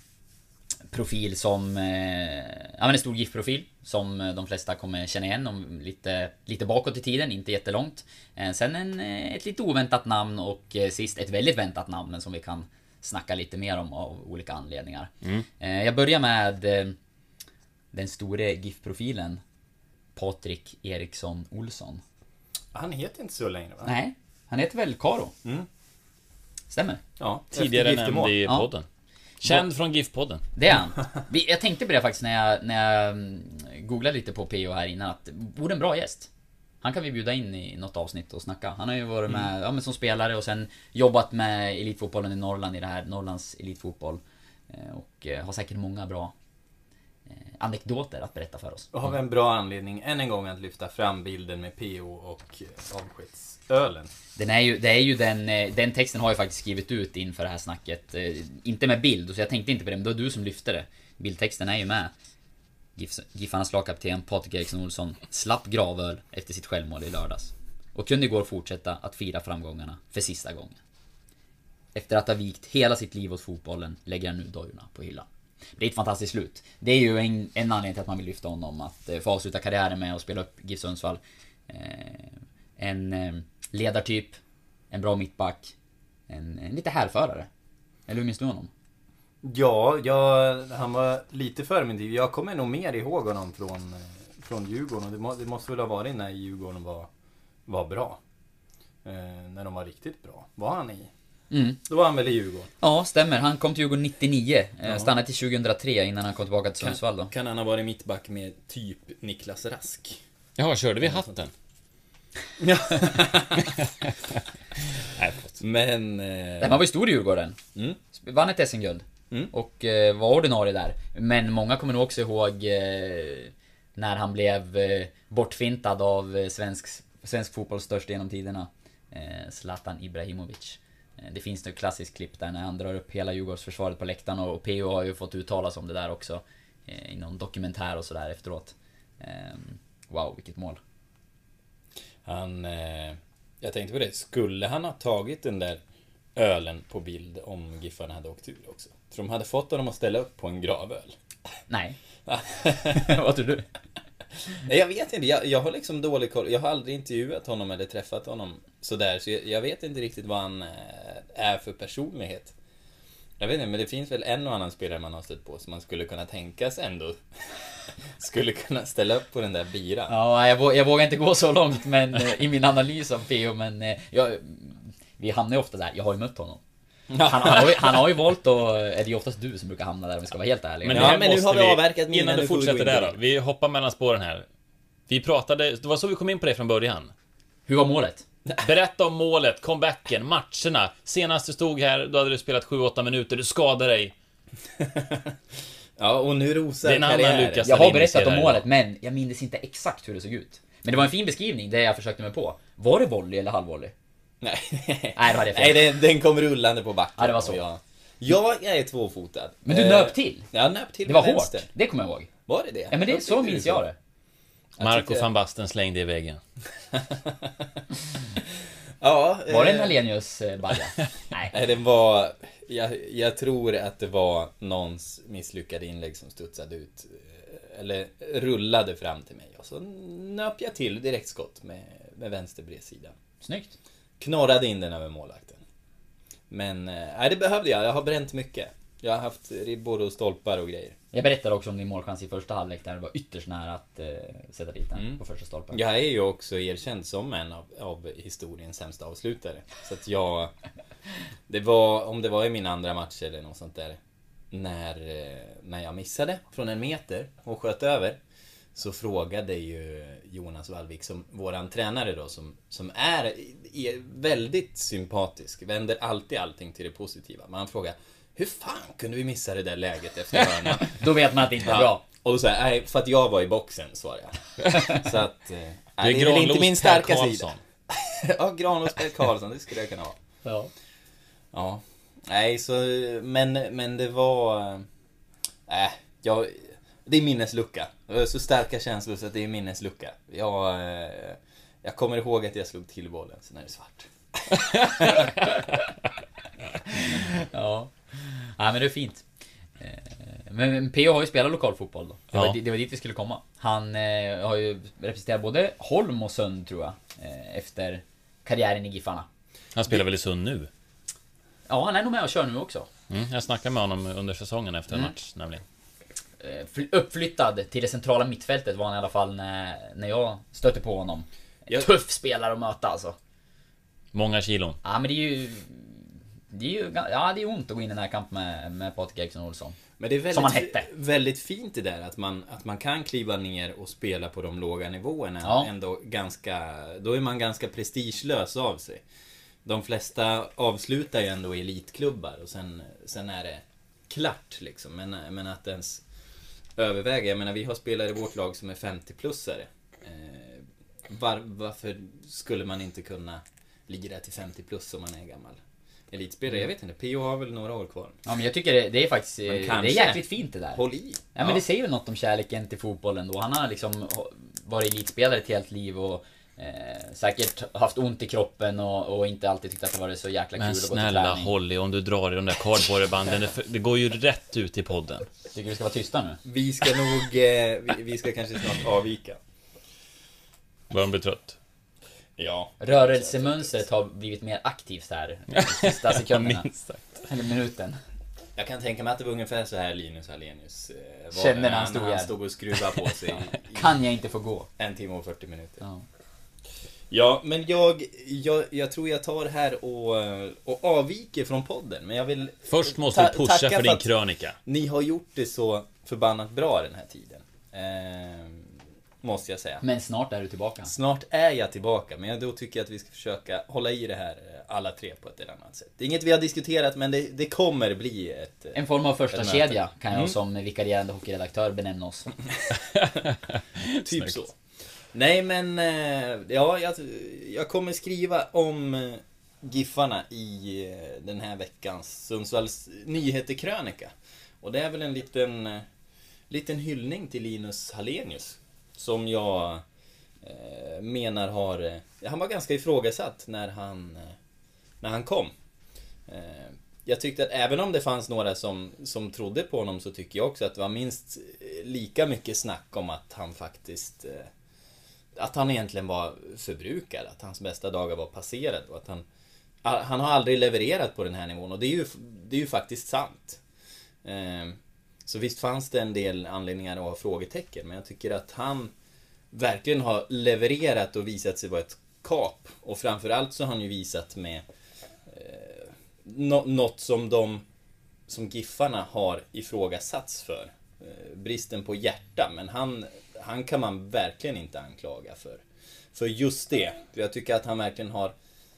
profil som... Eh, ja, men en stor GIF-profil. Som eh, de flesta kommer känna igen om lite, lite bakåt i tiden, inte jättelångt. Eh, sen en, eh, ett lite oväntat namn och eh, sist ett väldigt väntat namn, men som vi kan snacka lite mer om av olika anledningar. Mm. Eh, jag börjar med eh, den store GIF-profilen Patrik Eriksson Olsson. Han heter inte så längre, va? Nej, han heter väl Karo? Mm. Stämmer. Ja, Tidigare efter giftermål. nämnd i Ja. podden. Känd från GIF-podden. Det är han. Vi- Jag tänkte på det faktiskt när jag, när jag mm, googlade lite på P O här innan, att vore en bra gäst. Han kan vi bjuda in i något avsnitt och snacka. Han har ju varit med ja, men som spelare och sen jobbat med elitfotbollen i Norrland, i det här Norrlands elitfotboll. Eh, Och eh, har säkert många bra eh, anekdoter att berätta för oss. Då har vi en bra anledning än en gång att lyfta fram bilden med P O och eh, avskedsölen. Den är ju, det är ju den, eh, den texten har jag faktiskt skrivit ut inför det här snacket. Eh, Inte med bild, så jag tänkte inte på det, men det var du som lyfte det. Bildtexten är ju med. GIF, Giffarnas lagkapten Patrik Eriksson Olsson slapp gravöl efter sitt självmål i lördags. Och kunde igår fortsätta att fira framgångarna för sista gången. Efter att ha vikt hela sitt liv åt fotbollen lägger han nu dojorna på hyllan. Det är ett fantastiskt slut. Det är ju en, en anledning till att man vill lyfta honom. Att eh, få avsluta karriären med att spela upp GIF Sundsvall. Eh, en eh, ledartyp. En bra mittback. En, en lite härförare. Eller hur minns du honom? Ja, jag, han var lite före min tid. Jag kommer nog mer ihåg honom från, från Djurgården. Det, må, det måste väl ha varit när Djurgården var, var bra. Eh, när de var riktigt bra. Var han i? Mm. Då var han väl i Djurgården? Ja, stämmer. Han kom till Djurgården nittionio. Ja. Stannade till tjugohundratre innan han kom tillbaka till Sundsvall då. Kan, kan han ha varit mittback med typ Niklas Rask? Ja, körde vi hatten? Ja. Nej, Men... Eh... Nej, man var ju stor i Djurgården. Mm. Vann ett S M-guld. Mm. Och eh, var ordinarie där. Men många kommer nog också ihåg eh, när han blev eh, bortfintad av eh, svensk, svensk fotbolls största genom tiderna. Eh, Zlatan Ibrahimovic. Eh, det finns nu ett klassiskt klipp där när han drar upp hela Djurgårdsförsvaret på läktaren. Och, och P O har ju fått uttalas om det där också. Eh, I någon dokumentär och sådär efteråt. Eh, wow, vilket mål. Han... Eh... Jag tänkte på det. Skulle han ha tagit den där ölen på bild om Giffarna hade åkt ur också? För de hade fått honom att ställa upp på en gravöl. Nej. Vad tror du? Nej, jag vet inte. Jag, jag har liksom dålig koll. Jag har aldrig intervjuat honom eller träffat honom sådär. Så jag, jag vet inte riktigt vad han är för personlighet. Jag vet inte, men det finns väl en och annan spelare man har stött på som man skulle kunna tänka sig ändå skulle kunna ställa upp på den där biran. Ja, jag, vå- jag vågar inte gå så långt men eh, i min analys av P O, men eh, jag, vi hamnar ju ofta där. Jag har ju mött honom. Han, han, har, ju, han har ju valt och är det ju oftast du som brukar hamna där om vi ska vara helt ärliga. Men, Ja, här men nu måste har vi avverkat mina, innan nu du får vi fortsätter gå in där på då. Vi hoppar mellan spåren här. Vi pratade, det var så vi kom in på det från början. Hur var målet? Berätta om målet, comebacken, matcherna. Senast du stod här, då hade du spelat sju åtta minuter, du skadade dig. Ja, och nu rosar Det är en annan karriären. Lukas. Jag har Salin berättat ser om här målet idag. men jag minns inte exakt hur det såg ut. Men det var en fin beskrivning, det jag försökte mig på. Var det volley eller halvvolley? Nej, Nej, det hade jag fel. Nej, den, den kom rullande på backen. Ja, det var så. Och Jag, jag är tvåfotad. Men du Eh, nöp till? Jag nöp till Det var med hårt, vänster. det kommer jag ihåg. Var det det? Ja men det, så tyckte minns du jag det. Marco tyckte- van Basten slängde i väggen. Ja. Var det en eh, Alenius eh, balja? Nej. Nej, det var... Jag, jag tror att det var någons misslyckade inlägg som studsade ut. eh, Eller rullade fram till mig. Och så nöp jag till direktskott med, med vänster bredsida. Snyggt. Knorrade in den över målvakten. Men eh, nej, det behövde jag. Jag har bränt mycket. Jag har haft ribbor och stolpar och grejer. Jag berättade också om din målchans i första halvlek där det var ytterst nära att eh, sätta dit den Mm. på första stolpen. Jag är ju också erkänd som en av, av historiens sämsta avslutare. Så att jag... Det var, om det var i min andra match eller något sånt där. När, eh, när jag missade från en meter och sköt över. Så frågade ju Jonas Wallvik, som våran tränare då, som, som är, är väldigt sympatisk. Vänder alltid allting till det positiva. Men han frågar: hur fan kunde vi missa det där läget efter hörnan? Då vet man att det inte är bra. Och då säger jag, nej, för att jag var i boxen, svarade jag. Så att, eh, Det är nej, det är väl inte min Granlos starka Per sida. Karlsson. Ja, Granås Per Karlsson, det skulle jag kunna ha. Ja. Ja. Nej, så, men, men det var... Äh, jag, det är minneslucka. Det var så starka känslor så att det är minneslucka. Jag, eh, jag kommer ihåg att jag slog till bollen, sen är det svart. Ja. Ja, men det är fint. Eh, Men P O har ju spelat lokalfotboll då. Det var, Ja. det var dit vi skulle komma. Han eh, har ju representerat både Holm och Sund, tror jag, eh, efter karriären i Giffarna. Han spelar väl i Sund nu? Ja, han är nog med och kör nu också. Mm, jag snackade med honom under säsongen efter en Mm. match nämligen. Eh, fly- Uppflyttad till det centrala mittfältet var han i alla fall när, när jag stötte på honom. Jag- Tuff spelare att möta alltså. Många kilon. Ja, men det är ju... Det är ju ja, det är ont att gå in i den här kampen med, med Patrik Eriksson Olsson. Men det är Som han väldigt, hette. väldigt fint det där att man, att man kan kliva ner och spela på de låga nivåerna. Ja. Ändå ganska, då är man ganska prestigelös av sig. De flesta avslutar ju ändå i elitklubbar och sen, sen är det klart liksom. Men, men att ens överväga, jag menar vi har spelare i vårt lag som är femtio-plussare. Eh, var, varför skulle man inte kunna lira till femtio plus om man är gammal elitspelare? Jag vet inte, P O har väl några år kvar. Ja, men jag tycker det, det är faktiskt... Men Det är kanske. jäkligt fint det där. Håll i. Ja, men det säger väl något om kärleken till fotbollen då. Han har liksom varit elitspelare ett helt liv och eh, säkert haft ont i kroppen och, och inte alltid tyckt att det varit så jäkla kul Men att gå till snälla träning. Holly, om du drar i de där cardboardbanden, det, det går ju rätt ut i podden. Tycker vi ska vara tysta nu? Vi ska nog, eh, vi, vi ska kanske snart avvika. Börjar bli trött. Ja. Rörelsemönstret har blivit mer aktivt här de sista sekunderna. Minst sagt. Eller minuten. Jag kan tänka mig att det var ungefär så här Linus Hallenius eh, var Kände när han han, stod han här. stod och skruvade på sig i Kan jag inte få gå? en timme och fyrtio minuter. Ja. Ja, men jag, jag, jag tror jag tar här och, och avviker från podden. Men jag vill Först måste ta- du pusha tacka för din att krönika. Ni har gjort det så förbannat bra den här tiden. Eh, måste jag säga. Men snart är du tillbaka. Snart är jag tillbaka, men jag då tycker jag att vi ska försöka hålla i det här eh, alla tre på ett eller annat sätt. Det är inget vi har diskuterat, men det, det kommer bli ett... En form av första ett kedja möte. kan jag Mm. som vikarierande hockeyredaktör benämna oss. Typ Snyggt. så. Nej, men eh, ja, jag, jag kommer skriva om eh, Giffarna i eh, den här veckans Sundsvalls nyheterkrönika. Och det är väl en liten eh, liten hyllning till Linus Hallenius som jag eh, menar har eh, han var ganska ifrågasatt när han eh, när han kom. Eh, jag tyckte att även om det fanns några som som trodde på honom, så tycker jag också att det var minst lika mycket snack om att han faktiskt eh, att han egentligen var förbrukad, att hans bästa dagar var passerade och att han han har aldrig levererat på den här nivån, och det är ju det är ju faktiskt sant. Eh, så visst fanns det en del anledningar att ha frågetecken, men jag tycker att han verkligen har levererat och visat sig vara ett kap, och framförallt så har han ju visat med eh, nå- något som de som Giffarna har ifrågasatts för, eh, bristen på hjärta, men han han kan man verkligen inte anklaga för för just det. Jag tycker att han verkligen har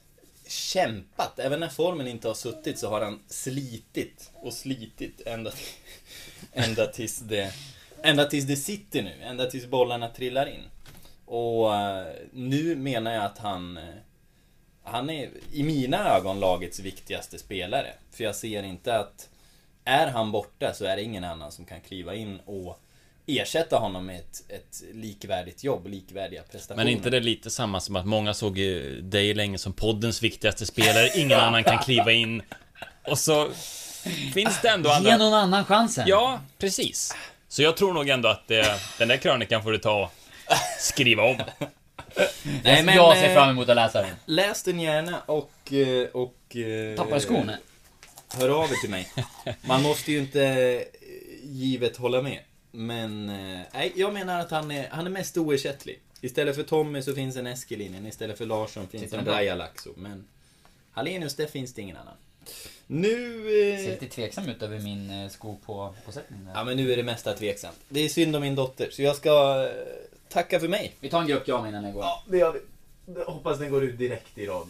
kämpat. Även när formen inte har suttit så har han slitit och slitit ända, ända tills det ända tills det sitter nu. Ända tills bollarna trillar in. Och uh, nu menar jag att han han är i mina ögon lagets viktigaste spelare. För jag ser inte att är han borta så är det ingen annan som kan kliva in och ersätta honom med ett, ett likvärdigt jobb, likvärdiga prestationer. Men inte det lite samma som att många såg ju dig länge som poddens viktigaste spelare. Ingen annan kan kliva in. Och så finns det ändå andra... Ge någon annan chansen. Ja, precis. Så jag tror nog ändå att det, den där krönikan får du ta och skriva om. Nej, men, jag ser eh, fram emot att läsa den. Läs den gärna och, eh, och eh, Tappar skorna. hör av er till mig. Man måste ju inte eh, givet hålla med. Men eh, nej, jag menar att han är, han är mest oersättlig. Istället för Tommy så finns en Eskelinen. Istället för Larsson finns Sitter en de bra? Braja Laxo. Men Hallenius, det finns det ingen annan. Nu... Ser Eh, lite tveksam ut över min eh, sko på, på sättningen där. ja, men nu är det mesta tveksamt. Det är synd om min dotter. Så jag ska eh, tacka för mig. Vi tar en grupp jag innan det går. Ja, det gör vi. Jag hoppas den går ut direkt i radio.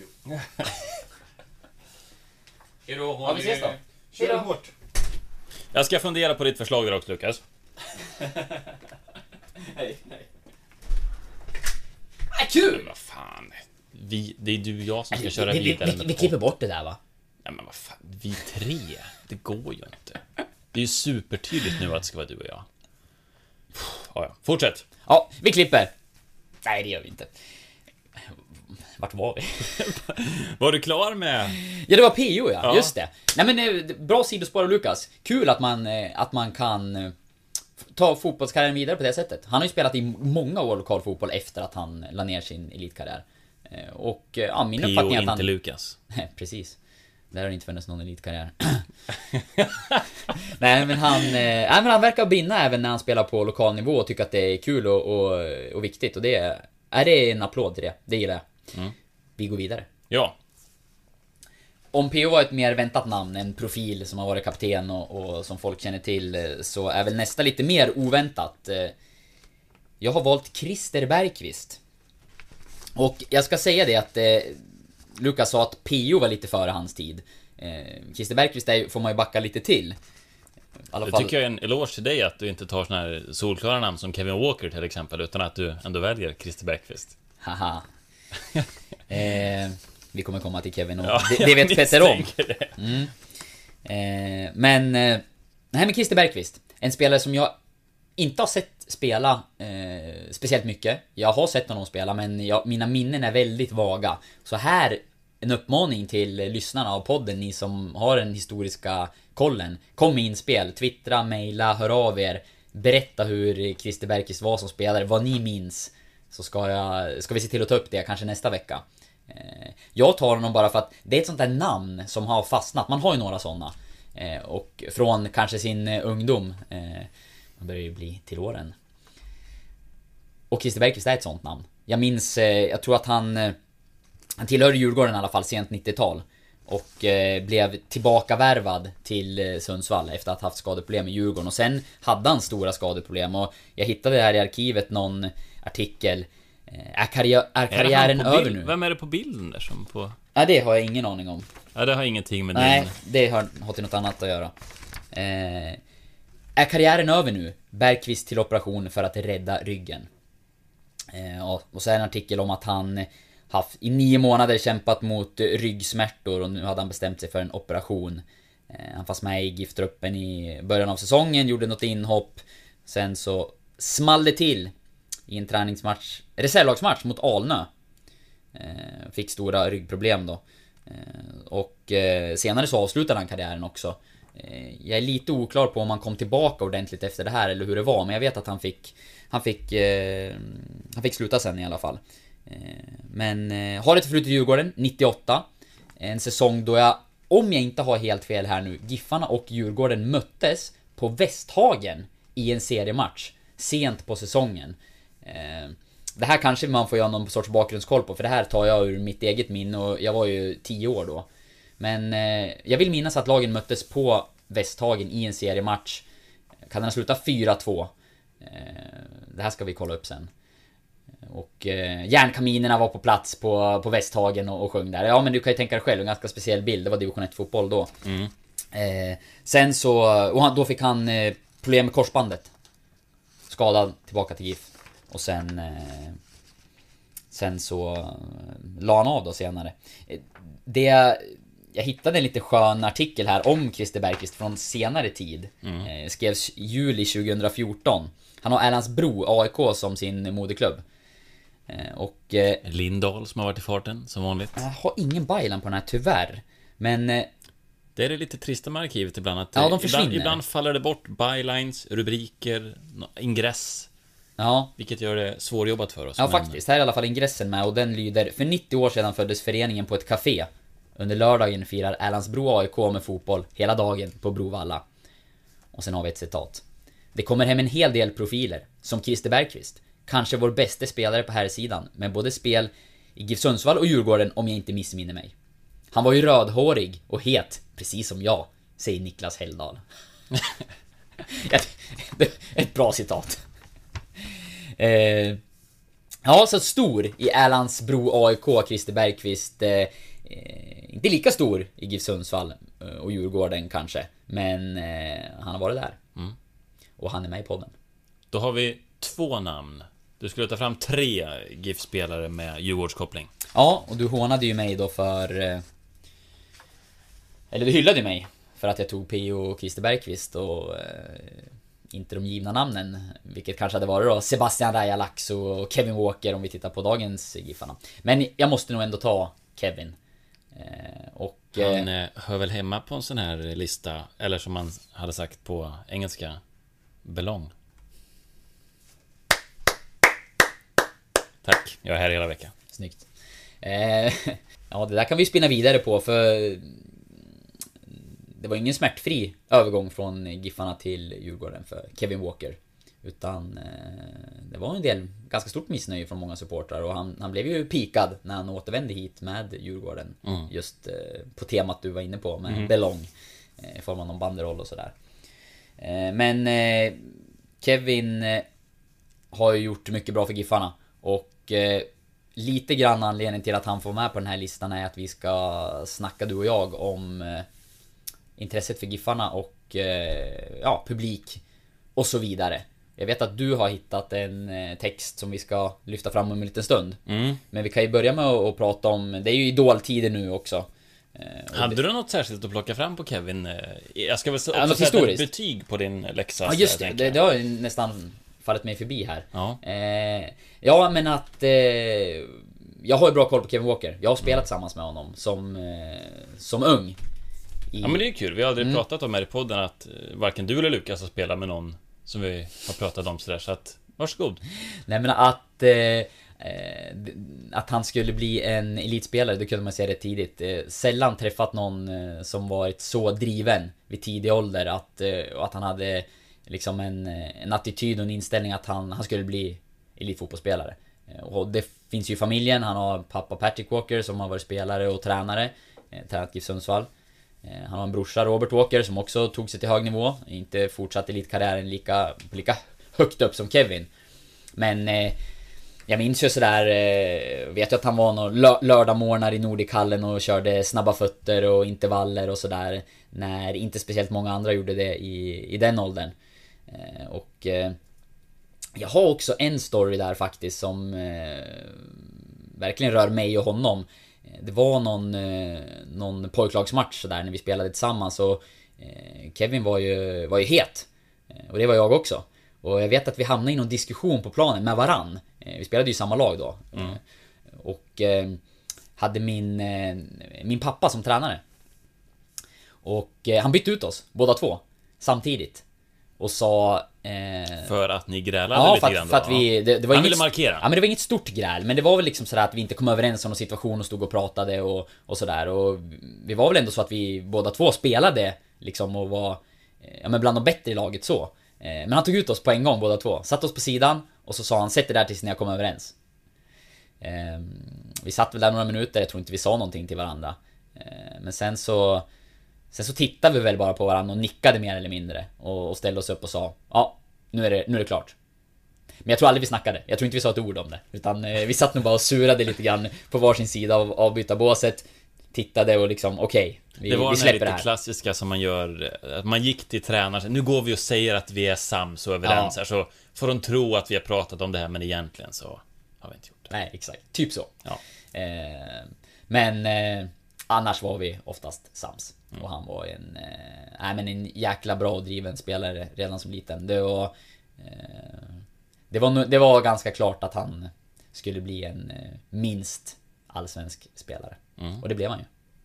Ja, vi ses då. Kör Hejdå. hårt. Jag ska fundera på ditt förslag där också, Lukas. Nej, nej. Äh, kul! Men vad fan. Vi, det är du och jag som ska köra vi, vi, vidare vi, med vi podd. klipper bort det där, va? Nej, men vad fan. Vi tre. Det går ju inte. Det är ju supertydligt nu att det ska vara du och jag. Ja, ja. Fortsätt. Ja, vi klipper. Nej, det gör vi inte. Vart var vi? Var du klar med... Ja, det var P O, ja. Ja. Just det. Nej, men eh, bra sidospår av Lukas. Kul att man, eh, att man kan eh, ta fotbollskarriären vidare på det sättet. Han har ju spelat i många år lokal fotboll efter att han la ner sin elitkarriär. Eh, Och eh, ja, min P O, uppfattning är att inte han... Lukas. Nej, precis. Där har det inte funnits någon elitkarriär. Nej, men han, eh, nej, men han verkar brinna även när han spelar på lokal nivå och tycker att det är kul och, och, och viktigt. Och det är, är det en applåd till det. Det gillar jag. Mm. Vi går vidare. Ja. Om P O var ett mer väntat namn, en profil som har varit kapten och, och som folk känner till, eh, så är väl nästa lite mer oväntat. Eh, Jag har valt Christer Bergqvist. Och jag ska säga det att eh, Lukas sa att P O var lite före hans tid. eh, Christer Bergqvist är, får man ju backa lite till. I alla Det fall, tycker jag är en eloge till dig att du inte tar såna här solklara namn som Kevin Walker till exempel, utan att du ändå väljer Christer Bergqvist. haha. eh, Vi kommer komma till Kevin och Ja, det, det vet jag Petter om. misstänker det. Mm. Eh, men eh, nej, men Christer Bergqvist, en spelare som jag inte har sett spela eh, speciellt mycket. Jag har sett honom spela, men jag, mina minnen är väldigt vaga. Så här, en uppmaning till lyssnarna av podden, ni som har den historiska kollen. Kom med inspel, twittra, mejla, hör av er. Berätta hur Christer Bergqvist var som spelare, vad ni minns. Så ska, jag, ska vi se till att ta upp det kanske nästa vecka. Eh, jag tar honom bara för att det är ett sånt där namn som har fastnat. Man har ju några sådana. eh, och från kanske sin eh, ungdom. eh, Man börjar ju bli till åren. Och Christer Bergqvist är ett sånt namn. Jag minns, eh, jag tror att han eh, Han tillhörde Djurgården i alla fall sent nittiotal. Och eh, blev tillbakavärvad till eh, Sundsvall efter att ha haft skadeproblem i Djurgården. Och sen hade han stora skadeproblem. Och jag hittade här i arkivet någon artikel. eh, Är, karriär, är karriären är det över nu? Vem är det på bilden där som på... Ja, det har jag ingen aning om. Ja, det har ingenting med Nej, din... det har, har till något annat att göra. eh, Är karriären över nu? Bergqvist till operation för att rädda ryggen. eh, och, och så är en artikel om att han haft i nio månader kämpat mot ryggsmärtor och nu hade han bestämt sig för en operation. eh, Han fanns med i GIF-truppen i början av säsongen, gjorde något inhopp. Sen så small det till i en träningsmatch, reservlagsmatch mot Alnö. eh, Fick stora ryggproblem då. eh, Och eh, senare så avslutade han karriären också. eh, Jag är lite oklar på om han kom tillbaka ordentligt efter det här eller hur det var, men jag vet att han fick Han fick, eh, han fick sluta sen i alla fall. Men eh, har ett förflutet i Djurgården, nittioåtta. En säsong då jag, om jag inte har helt fel här nu, Giffarna och Djurgården möttes på Västhagen i en seriematch sent på säsongen. eh, Det här kanske man får göra någon sorts bakgrundskoll på, för det här tar jag ur mitt eget minne och jag var ju tio år då. Men eh, jag vill minnas att lagen möttes på Västhagen i en seriematch. Kan den sluta fyra två? eh, Det här ska vi kolla upp sen. Och eh, järnkaminerna var på plats på, på Västhagen och, och sjöng där. Ja, men du kan ju tänka dig själv, en ganska speciell bild. Det var division ett-fotboll då. Mm. eh, Sen så, och han, då fick han eh, problem med korsbandet. Skadad, tillbaka till GIF. Och sen eh, Sen så eh, la han av då senare. eh, Det jag hittade en lite skön artikel här om Christer Bergqvist från senare tid. mm. eh, Skrevs juli tjugohundrafjorton. Han har Erlandsbro A I K som sin moderklubb. Och eh, Lindahl som har varit i farten som vanligt. Jag har ingen byline på den här tyvärr. Men eh, det är det lite trista med arkivet ibland att ja, de försvinner. ibland, ibland faller det bort bylines, rubriker, ingress. Ja. Vilket gör det svårjobbat för oss. Ja, men... faktiskt. Här är i alla fall ingressen med och den lyder: för nittio år sedan föddes föreningen på ett café. Under lördagen firar Erlandsbro A I K med fotboll hela dagen på Brovalla. Och sen har vi ett citat. Det kommer hem en hel del profiler, som Christer Bergqvist. Kanske vår bästa spelare på här sidan, med både spel i GIF Sundsvall och Djurgården om jag inte missminner mig. Han var ju rödhårig och het, precis som jag, säger Niklas Helldal. Ett bra citat. eh, Ja, så stor i Erlandsbro A I K, Christer Bergqvist. eh, Inte lika stor i GIF Sundsvall och Djurgården kanske, men eh, han har varit där. Mm. Och han är med i podden. Då har vi två namn. Du skulle ta fram tre GIF-spelare med Djurgårdskoppling. Ja, och du hånade ju mig då för... Eller du hyllade mig för att jag tog P O och Christer Bergqvist och eh, inte de givna namnen. Vilket kanske hade varit då Sebastian Rajalax och Kevin Walker om vi tittar på dagens Giffarna. Men jag måste nog ändå ta Kevin. Eh, och, Han eh, hör väl hemma på en sån här lista, eller som man hade sagt på engelska, belong. Tack, jag är här hela veckan. Snyggt. eh, Ja, det där kan vi spinna vidare på, för det var ingen smärtfri övergång från Giffarna till Djurgården för Kevin Walker. Utan eh, det var en del ganska stort missnöje från många supportrar. Och han, han blev ju pikad när han återvände hit med Djurgården. Mm. Just eh, på temat du var inne på med mm. belong, eh, i form av någon banderoll och sådär. eh, Men eh, Kevin eh, har ju gjort mycket bra för Giffarna. Och eh, lite grann anledningen till att han får med på den här listan är att vi ska snacka, du och jag, om eh, intresset för Giffarna och eh, ja, publik och så vidare. Jag vet att du har hittat en eh, text som vi ska lyfta fram om en liten stund. Mm. Men vi kan ju börja med att, att prata om, det är ju idoltider nu också. Eh, Hade det... du något särskilt att plocka fram på Kevin? Jag ska väl också ja, sätta ett betyg på din läxa. Ja, just det. Det, det har ju nästan fallit mig förbi här. Ja, eh, ja men att eh, jag har ju bra koll på Kevin Walker. Jag har spelat mm. tillsammans med honom som, eh, som ung. I... Ja, men det är kul. Vi har aldrig mm. pratat om här i podden att varken du eller Lukas har spelat med någon som vi har pratat om sådär. Så att Varsågod. Nej men att eh, att han skulle bli en elitspelare, det kunde man säga rätt tidigt. eh, Sällan träffat någon eh, som varit så driven vid tidig ålder att, eh, och att han hade liksom en, en attityd och en inställning att han, han skulle bli elitfotbollsspelare. eh, Och det finns ju i familjen. Han har pappa Patrick Walker som har varit spelare och tränare, eh, tränat GIF Sundsvall. eh, Han har en brorsa Robert Walker som också tog sig till hög nivå, inte fortsatt elitkarriären lika, lika högt upp som Kevin. Men eh, jag minns ju sådär, eh, vet jag att han var någon lö- lördagmorgnar i Nordichallen och körde snabba fötter och intervaller och sådär. När inte speciellt många andra gjorde det i, i den åldern. Eh, och eh, jag har också en story där faktiskt som eh, verkligen rör mig och honom. Det var någon, eh, någon pojklagsmatch där när vi spelade tillsammans och eh, Kevin var ju, var ju het. Eh, och det var jag också. Och jag vet att vi hamnade i någon diskussion på planen med varann. Vi spelade ju samma lag då. Mm. Och eh, hade min, eh, min pappa som tränare. Och eh, han bytte ut oss, båda två. Samtidigt. Och sa... Eh, för att ni grälade ja, lite för att, grann då? för att vi, det, det var han inget, ville markera. Ja men det var inget stort gräl. Men det var väl liksom sådär att vi inte kom överens om någon situation och stod och pratade och, och sådär. Och vi var väl ändå så att vi båda två spelade liksom och var eh, ja, men bland de bättre i laget så. Men han tog ut oss på en gång båda två. Satt oss på sidan och så sa han: sätt det där tills ni har kommit överens. Vi satt väl där några minuter. Jag tror inte vi sa någonting till varandra. Men sen så Sen så tittade vi väl bara på varandra och nickade mer eller mindre. Och, och ställde oss upp och sa: ja, nu är det, nu är det klart. Men jag tror aldrig vi snackade. Jag tror inte vi sa ett ord om det. Utan vi satt nog bara och surade lite grann på varsin sida av avbytarbåset. Tittade och liksom, okej, okay, vi, det var vi släpper det det här här. klassiska som man gör. Att man gick till tränaren. Nu går vi och säger att vi är sams och överens Ja. här. Så får de tro att vi har pratat om det här. Men egentligen så har vi inte gjort det. Nej, exakt. Typ så. Ja. Eh, men eh, annars var vi oftast sams. Mm. Och han var en, eh, nej, men en jäkla bra och driven spelare redan som liten. Det var, eh, det var, det var ganska klart att han skulle bli en eh, minst allsvensk spelare. Mm. Och det blev han ju.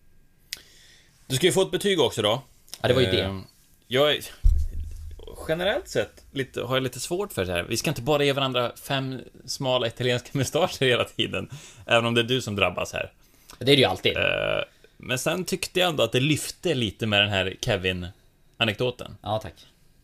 Du ska ju få ett betyg också då. Ja, det var ju eh, det. Jag är, generellt sett lite, har jag lite svårt för det här. Vi ska inte bara ge varandra fem smala italienska mustascher hela tiden. Även om det är du som drabbas här. Det är det ju alltid. Eh, men sen tyckte jag ändå att det lyfte lite med den här Kevin-anekdoten. Ja, tack.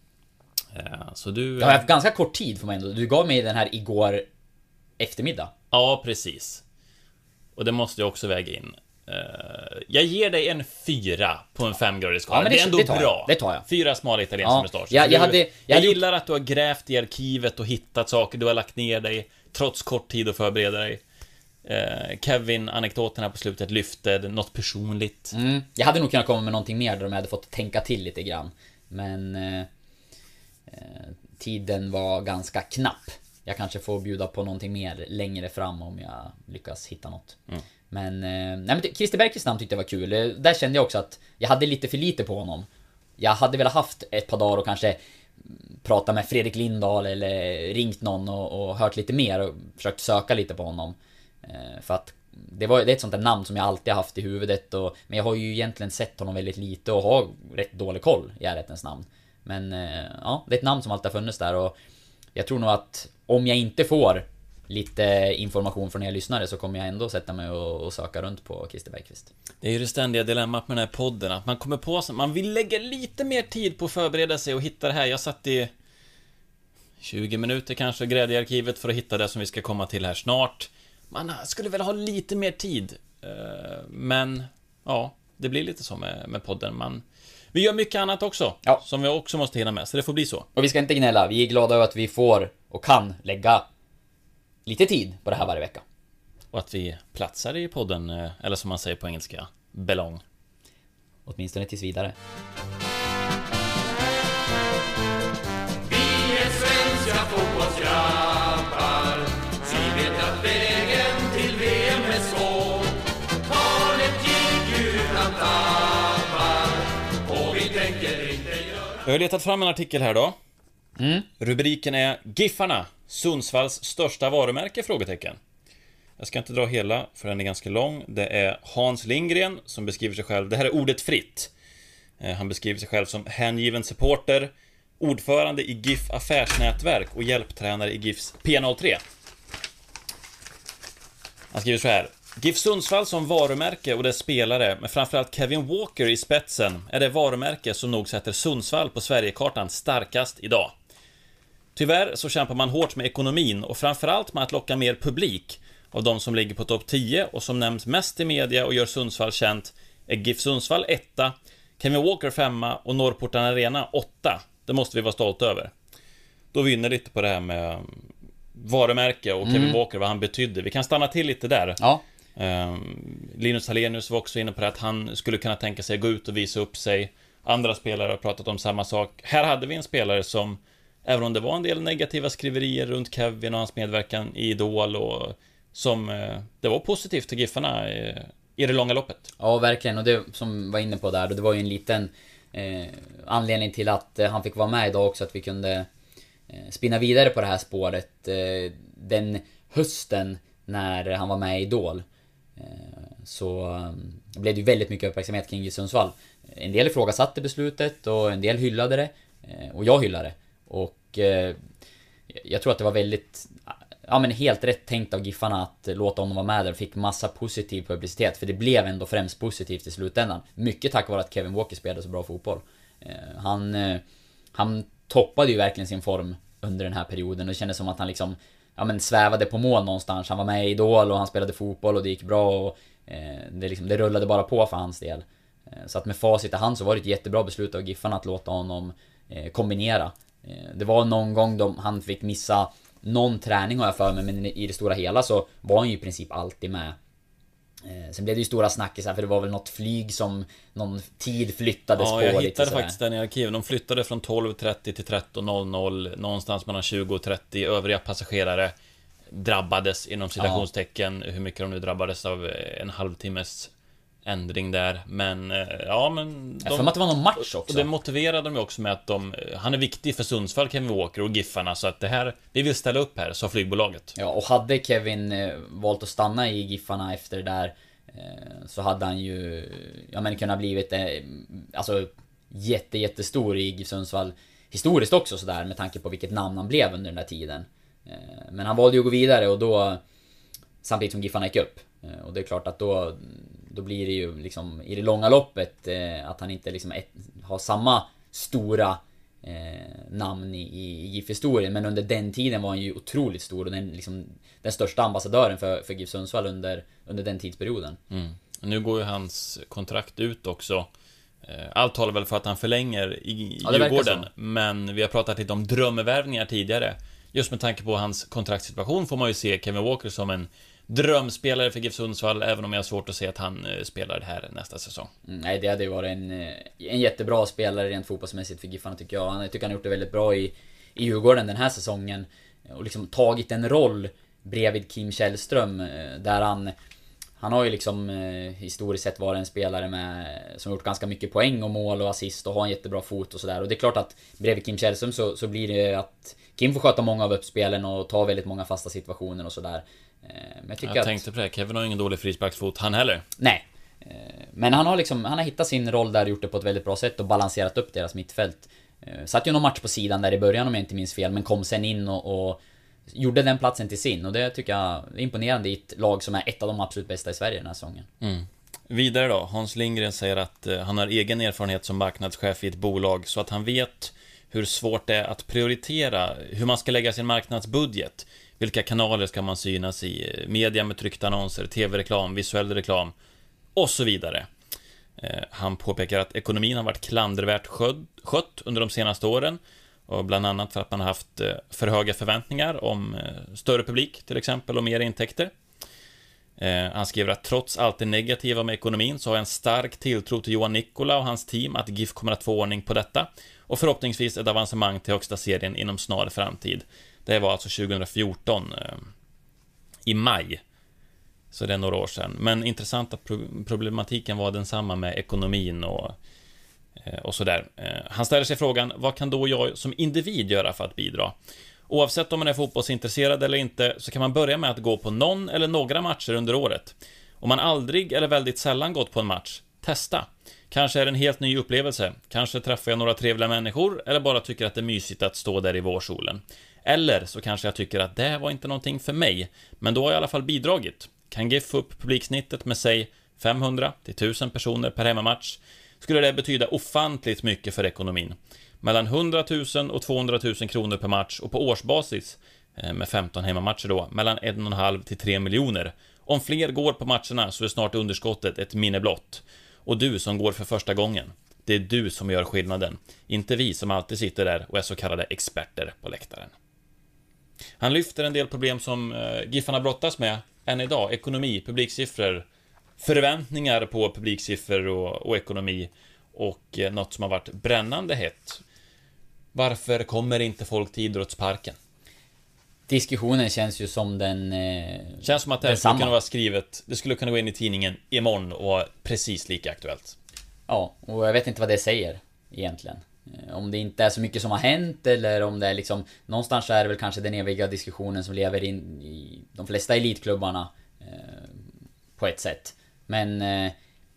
Eh, så du... Jag har haft ganska kort tid för mig ändå. Du gav mig den här igår eftermiddag. Ja, precis. Och det måste jag också väga in. Uh, jag ger dig en fyra på en femgradig skala. Ja, men det, det är ändå det tar bra. Jag. Det tar jag. Fyra smala italienska Ja, mustascher. jag, jag, Du- hade, jag, jag hade gjort- gillar att du har grävt i arkivet och hittat saker. Du har lagt ner dig trots kort tid att förbereda dig. Uh, Kevin-anekdoten här på slutet lyfte något personligt. Mm, jag hade nog kunnat komma med någonting mer där de hade fått tänka till lite grann. Men eh, eh, tiden var ganska knapp. Jag kanske får bjuda på någonting mer längre fram om jag lyckas hitta något. Mm. Men, eh, nej, men Christer Bergqvist namn tyckte jag var kul. Eh, Där kände jag också att jag hade lite för lite på honom. Jag hade velat haft ett par dagar och kanske prata med Fredrik Lindahl eller ringt någon och, och hört lite mer och försökt söka lite på honom. Eh, för att det, var, det är ett sånt där namn som jag alltid har haft i huvudet och, men jag har ju egentligen sett honom väldigt lite och har rätt dålig koll i ärlighetens namn. Men eh, ja, det är ett namn som alltid har funnits där och jag tror nog att om jag inte får lite information från er lyssnare så kommer jag ändå sätta mig och, och söka runt på Christer Bergqvist. Det är ju det ständiga dilemmat med den här podden, att man kommer på sig, man vill lägga lite mer tid på att förbereda sig och hitta det här. Jag satt i tjugo minuter kanske och grävde i arkivet för att hitta det som vi ska komma till här snart. Man skulle väl ha lite mer tid. Men ja, det blir lite så med, med podden. Man, vi gör mycket annat också, Ja. som vi också måste hinna med, så det får bli så. Och vi ska inte gnälla, vi är glada över att vi får och kan lägga lite tid på det här varje vecka. Och att vi platsar i podden, eller som man säger på engelska, belong. Åtminstone tills vidare. Vi är svenska fotbollsgrabbar. Vi vet att vägen till V M är svår. Talet gick utan tappar. Och vi tänker inte göra... Jag har letat fram en artikel här då. Mm. Rubriken är Giffarna, Sundsvalls största varumärke? Frågetecken. Jag ska inte dra hela, för den är ganska lång. Det är Hans Lindgren som beskriver sig själv. Det här är ordet fritt. Han beskriver sig själv som hängiven supporter, ordförande i GIF affärsnätverk och hjälptränare i GIFs P noll tre. Han skriver så här: GIF Sundsvall som varumärke och dess spelare, med framförallt Kevin Walker i spetsen, är det varumärke som nog sätter Sundsvall på Sverigekartan starkast idag. Tyvärr så kämpar man hårt med ekonomin och framförallt med att locka mer publik. Av de som ligger på topp tio och som nämns mest i media och gör Sundsvall känt är GIF Sundsvall etta, Kevin Walker femma och Norrporten Arena åtta. Det måste vi vara stolta över. Då vinner lite på det här med varumärke och Kevin mm. Walker, vad han betydde. Vi kan stanna till lite där. Ja. Um, Linus Hallenius var också inne på det, att han skulle kunna tänka sig gå ut och visa upp sig. Andra spelare har pratat om samma sak. Här hade vi en spelare som, även om det var en del negativa skriverier runt Kevin och hans medverkan i Idol, och som eh, det var positivt till Giffarna i, i det långa loppet. Ja, verkligen. Och det som var inne på där, det var ju en liten eh, anledning till att eh, han fick vara med idag också, att vi kunde eh, spinna vidare på det här spåret. Eh, den hösten när han var med i Idol, eh, så eh, blev det ju väldigt mycket uppmärksamhet kring Sundsvall. En del ifrågasatte beslutet och en del hyllade det, eh, och jag hyllade det. Och eh, jag tror att det var väldigt, ja men helt rätt tänkt av Giffarna att låta honom vara med där och fick massa positiv publicitet, för det blev ändå främst positivt i slutändan. Mycket tack vare att Kevin Walker spelade så bra fotboll. eh, Han eh, Han toppade ju verkligen sin form under den här perioden. Det kändes som att han liksom, ja men svävade på mål någonstans. Han var med i Idol och han spelade fotboll och det gick bra, och eh, det, liksom, det rullade bara på för hans del. eh, Så att med facit i hand så var det ett jättebra beslut av Giffarna att låta honom eh, kombinera. eh, Det var någon gång de, han fick missa någon träning har jag för mig, men i det stora hela så var han ju i princip alltid med. eh, Sen blev det ju stora snackisar, för det var väl något flyg som någon tid flyttades ja, på. jag lite hittade sådär. faktiskt den i arkiven. De flyttade från tolv trettio till tretton noll noll, någonstans mellan tjugo och trettio. Övriga passagerare drabbades inom citationstecken, ja. Hur mycket de nu drabbades av en halvtimmes ändring där. Men ja, men de, jag tror att det var någon match också. Och det motiverade de ju också med att de, han är viktig för Sundsvall, Kevin Walker och Giffarna, så att det här, vi vill ställa upp här, sa flygbolaget. Ja, och hade Kevin eh, valt att stanna i Giffarna efter det där, eh, så hade han ju, ja men kunnat blivit eh, alltså jätte jättestor i GIF Sundsvall historiskt också sådär, med tanke på vilket namn han blev under den där tiden. eh, Men han valde ju att gå vidare, och då samtidigt som Giffarna gick upp, eh, och det är klart att då Då blir det ju liksom i det långa loppet eh, att han inte liksom ett, har samma stora eh, namn i, i GIF-historien. Men under den tiden var han ju otroligt stor, och den, liksom, den största ambassadören för, för GIF Sundsvall under, under den tidsperioden. Mm. Nu går ju hans kontrakt ut också. Allt talar väl för att han förlänger i ja, Djurgården. Men vi har pratat lite om drömvärvningar tidigare. Just med tanke på hans kontraktssituation får man ju se Kevin Walker som en drömspelare för GIF Sundsvall, även om jag har svårt att se att han spelar det här nästa säsong. Mm, nej, det hade ju varit en, en jättebra spelare rent fotbollsmässigt för GIFarna, tycker jag. Han tycker han har gjort det väldigt bra i, i Djurgården den här säsongen, och liksom tagit en roll bredvid Kim Källström, där han Han har ju liksom eh, historiskt sett varit en spelare med, som gjort ganska mycket poäng och mål och assist och har en jättebra fot och sådär. Och det är klart att bredvid Kim Källström så, så blir det att Kim får sköta många av uppspelen och ta väldigt många fasta situationer och sådär. Eh, men jag tycker jag att, tänkte på det, Kevin har ingen dålig frisparksfot han heller. Nej. Eh, men han har liksom, han har hittat sin roll där och gjort det på ett väldigt bra sätt och balanserat upp deras mittfält. Eh, satt ju någon match på sidan där i början om jag inte minns fel, men kom sen in och, och gjorde den platsen till sin. Och det tycker jag är imponerande i ett lag som är ett av de absolut bästa i Sverige den här säsongen. Mm. Vidare då, Hans Lindgren säger att eh, han har egen erfarenhet som marknadschef i ett bolag, så att han vet hur svårt det är att prioritera, hur man ska lägga sin marknadsbudget. Vilka kanaler ska man synas i? Media med tryckta annonser, tv-reklam, visuell reklam och så vidare. Eh, han påpekar att ekonomin har varit klandervärt skött under de senaste åren. Och bland annat för att man har haft för höga förväntningar om större publik till exempel och mer intäkter. Han skriver att trots allt det negativa med ekonomin så har jag en stark tilltro till Johan Nikola och hans team att GIF kommer att få ordning på detta. Och förhoppningsvis ett avancemang till högsta serien inom snar framtid. Det var alltså tjugohundrafjorton i maj. Så det är några år sedan. Men intressant att problematiken var densamma med ekonomin och och sådär. Han ställer sig frågan, vad kan då jag som individ göra för att bidra? Oavsett om man är fotbollsintresserad eller inte, så kan man börja med att gå på någon eller några matcher under året. Om man aldrig eller väldigt sällan gått på en match, testa. Kanske är det en helt ny upplevelse. Kanske träffar jag några trevliga människor eller bara tycker att det är mysigt att stå där i vårsolen. Eller så kanske jag tycker att det var inte någonting för mig, men då har jag i alla fall bidragit. Kan GIF få upp publiksnittet med sig femhundra till tusen personer per hemmamatch, skulle det betyda ofantligt mycket för ekonomin. Mellan hundratusen och tvåhundratusen kronor per match, och på årsbasis med femton hemmamatcher då, mellan en och en halv till tre miljoner. Om fler går på matcherna så är snart underskottet ett minne blott. Och du som går för första gången, det är du som gör skillnaden, inte vi som alltid sitter där och är så kallade experter på läktaren. Han lyfter en del problem som eh, Giffarna brottas med än idag. Ekonomi, publiksiffror, förväntningar på publiksiffror och, och ekonomi, och eh, något som har varit brännande hett. Varför kommer inte folk till idrottsparken? Diskussionen känns ju som den eh, Känns som att det skulle kunna vara skrivet, det skulle kunna gå in i tidningen imorgon och vara precis lika aktuellt. Ja, och jag vet inte vad det säger egentligen. Om det inte är så mycket som har hänt, eller om det är liksom, någonstans är det väl kanske den eviga diskussionen som lever in i de flesta elitklubbarna eh, på ett sätt. Men eh,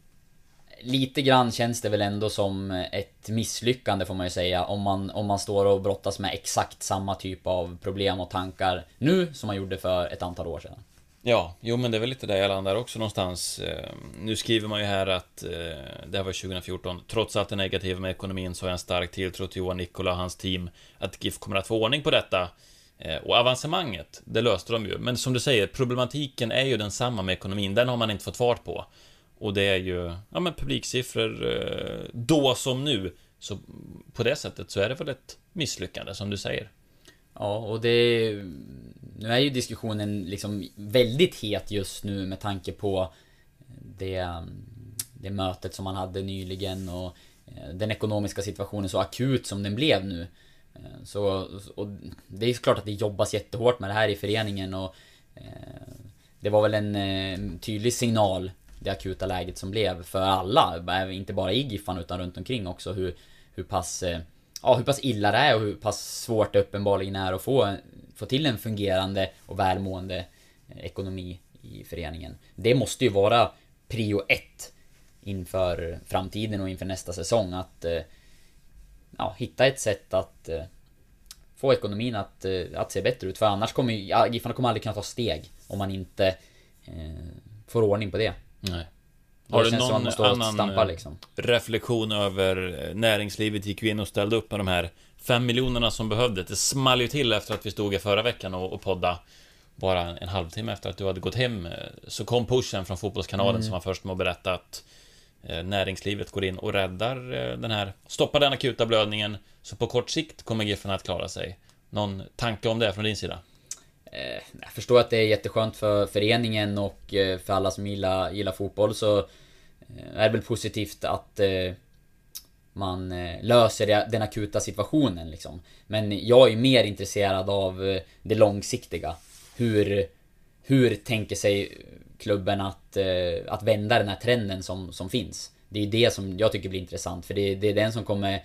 lite grann känns det väl ändå som ett misslyckande, får man ju säga, om man, om man står och brottas med exakt samma typ av problem och tankar nu som man gjorde för ett antal år sedan. Ja, jo men det är väl lite där jag landar också någonstans. Nu skriver man ju här att det här var tjugohundrafjorton. Trots allt det negativa med ekonomin så har jag en stark tilltro till Johan Nikola och hans team att GIF kommer att få ordning på detta. Och avancemanget, det löste de ju. Men som du säger, problematiken är ju densamma med ekonomin. Den har man inte fått fart på. Och det är ju, ja men publiksiffror då som nu. Så på det sättet så är det väl ett misslyckande som du säger. Ja, och det, nu är ju diskussionen liksom väldigt het just nu med tanke på det, det mötet som man hade nyligen och den ekonomiska situationen så akut som den blev nu. Så, och det är klart att det jobbas jättehårt med det här i föreningen, och det var väl en tydlig signal, det akuta läget som blev för alla, inte bara i Giffarna utan runt omkring också, hur, hur pass ja, hur pass illa det är och hur pass svårt det uppenbarligen är att få, få till en fungerande och välmående ekonomi i föreningen. Det måste ju vara prio ett inför framtiden och inför nästa säsong, att ja, hitta ett sätt att få ekonomin att, att se bättre ut. För annars kommer ju, ja, Giffarna kommer aldrig kunna ta steg om man inte eh, får ordning på det. Nej. Har du någon annan stampa, liksom. reflektion över näringslivet gick ju in och ställde upp med de här fem miljonerna som behövdes? Det small ju till efter att vi stod i förra veckan och, och podda. Bara en halvtimme efter att du hade gått hem så kom pushen från Fotbollskanalen mm. som var först med att berätta att eh, näringslivet går in och räddar eh, den här, stoppar den akuta blödningen, så på kort sikt kommer Giffarna att klara sig. Någon tanke om det från din sida? Jag förstår att det är jätteskönt för föreningen och för alla som gillar, gillar fotboll, så är det väl positivt att man löser den akuta situationen liksom. Men jag är mer intresserad av det långsiktiga. Hur, hur tänker sig klubben att, att vända den här trenden som, som finns? Det är det som jag tycker blir intressant, för det, det är den som kommer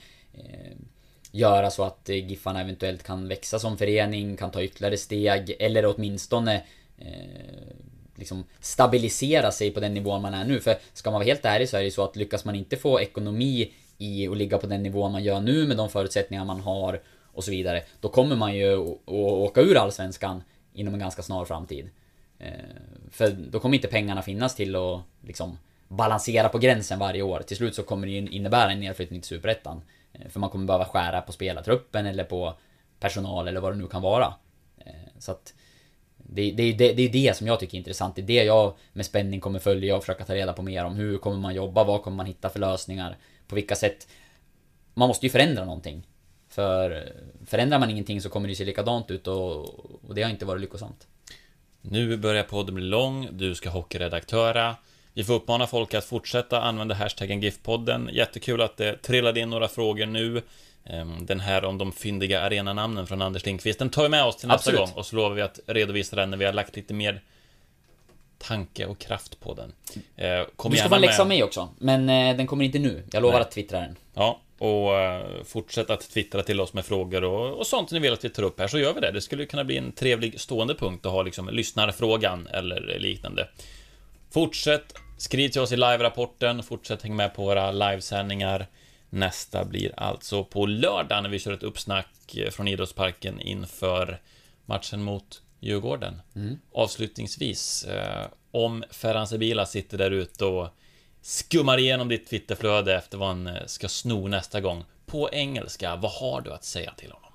göra så att Giffarna eventuellt kan växa som förening, kan ta ytterligare steg, eller åtminstone eh, liksom stabilisera sig på den nivån man är nu. För ska man vara helt ärlig så är det så att lyckas man inte få ekonomi i att ligga på den nivån man gör nu med de förutsättningar man har och så vidare, då kommer man ju att åka ur Allsvenskan inom en ganska snar framtid. Eh, för då kommer inte pengarna finnas till att liksom balansera på gränsen varje år. Till slut så kommer det ju innebära en nedflyttning till Superettan. För man kommer behöva skära på spelartruppen eller på personal eller vad det nu kan vara. Så att det, det, det, det är det som jag tycker är intressant. Det är det jag med spänning kommer följa och försöka ta reda på mer om. Hur kommer man jobba? Vad kommer man hitta för lösningar? På vilka sätt? Man måste ju förändra någonting. För förändrar man ingenting så kommer det se likadant ut, och, och det har inte varit lyckosamt. Nu börjar podden bli lång. Du ska hockeyredaktöra. Vi får uppmana folk att fortsätta använda hashtaggen GIF-podden. Jättekul att det trillade in några frågor nu. Den här om de fyndiga arenanamnen från Anders Lindqvist, den tar vi med oss till nästa Absolut. gång. Och så lovar vi att redovisa den när vi har lagt lite mer tanke och kraft på den. Kom du ska man läxa med också, men den kommer inte nu. Jag lovar Nej. att twittra den. Ja, och fortsätt att twittra till oss med frågor och, och sånt ni vill att vi tar upp här, så gör vi det. Det skulle kunna bli en trevlig stående punkt att ha liksom lyssnarfrågan eller liknande. Fortsätt skriv till oss i live-rapporten. Fortsätt hänga med på våra livesändningar. Nästa blir alltså på lördag när vi kör ett uppsnack från Idrottsparken inför matchen mot Djurgården. Mm. Avslutningsvis, eh, om Ferhan Sibila sitter där ute och skummar igenom ditt Twitterflöde efter vad han ska sno nästa gång på engelska, vad har du att säga till honom?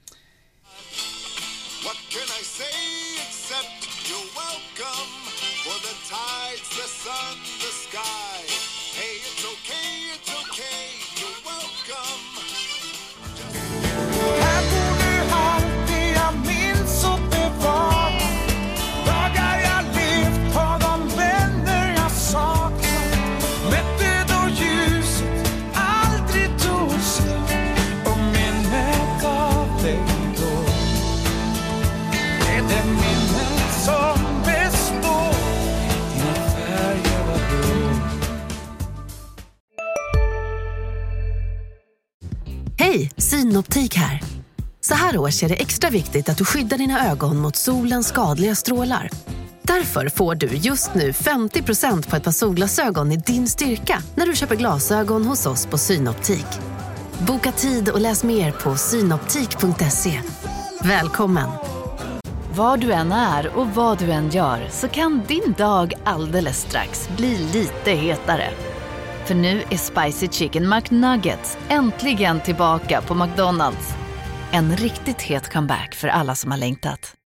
What can I say except you're welcome for the tides, the sun, the sky. Hey, it's okay, it's okay, you're welcome. Här bor du alltid, jag minns och bevar. Dagar jag levt har de vänner jag saknat. Mätte då ljuset aldrig tog slut. Och minnet av dig då. Det minnet som består. Dina färger var blå. Hej, Synoptik här. Så här års är det extra viktigt att du skyddar dina ögon mot solens skadliga strålar. Därför får du just nu femtio procent på ett par solglasögon i din styrka när du köper glasögon hos oss på Synoptik. Boka tid och läs mer på synoptik punkt se. Välkommen! Var du än är och vad du än gör så kan din dag alldeles strax bli lite hetare. För nu är Spicy Chicken McNuggets äntligen tillbaka på McDonald's. En riktigt het comeback för alla som har längtat.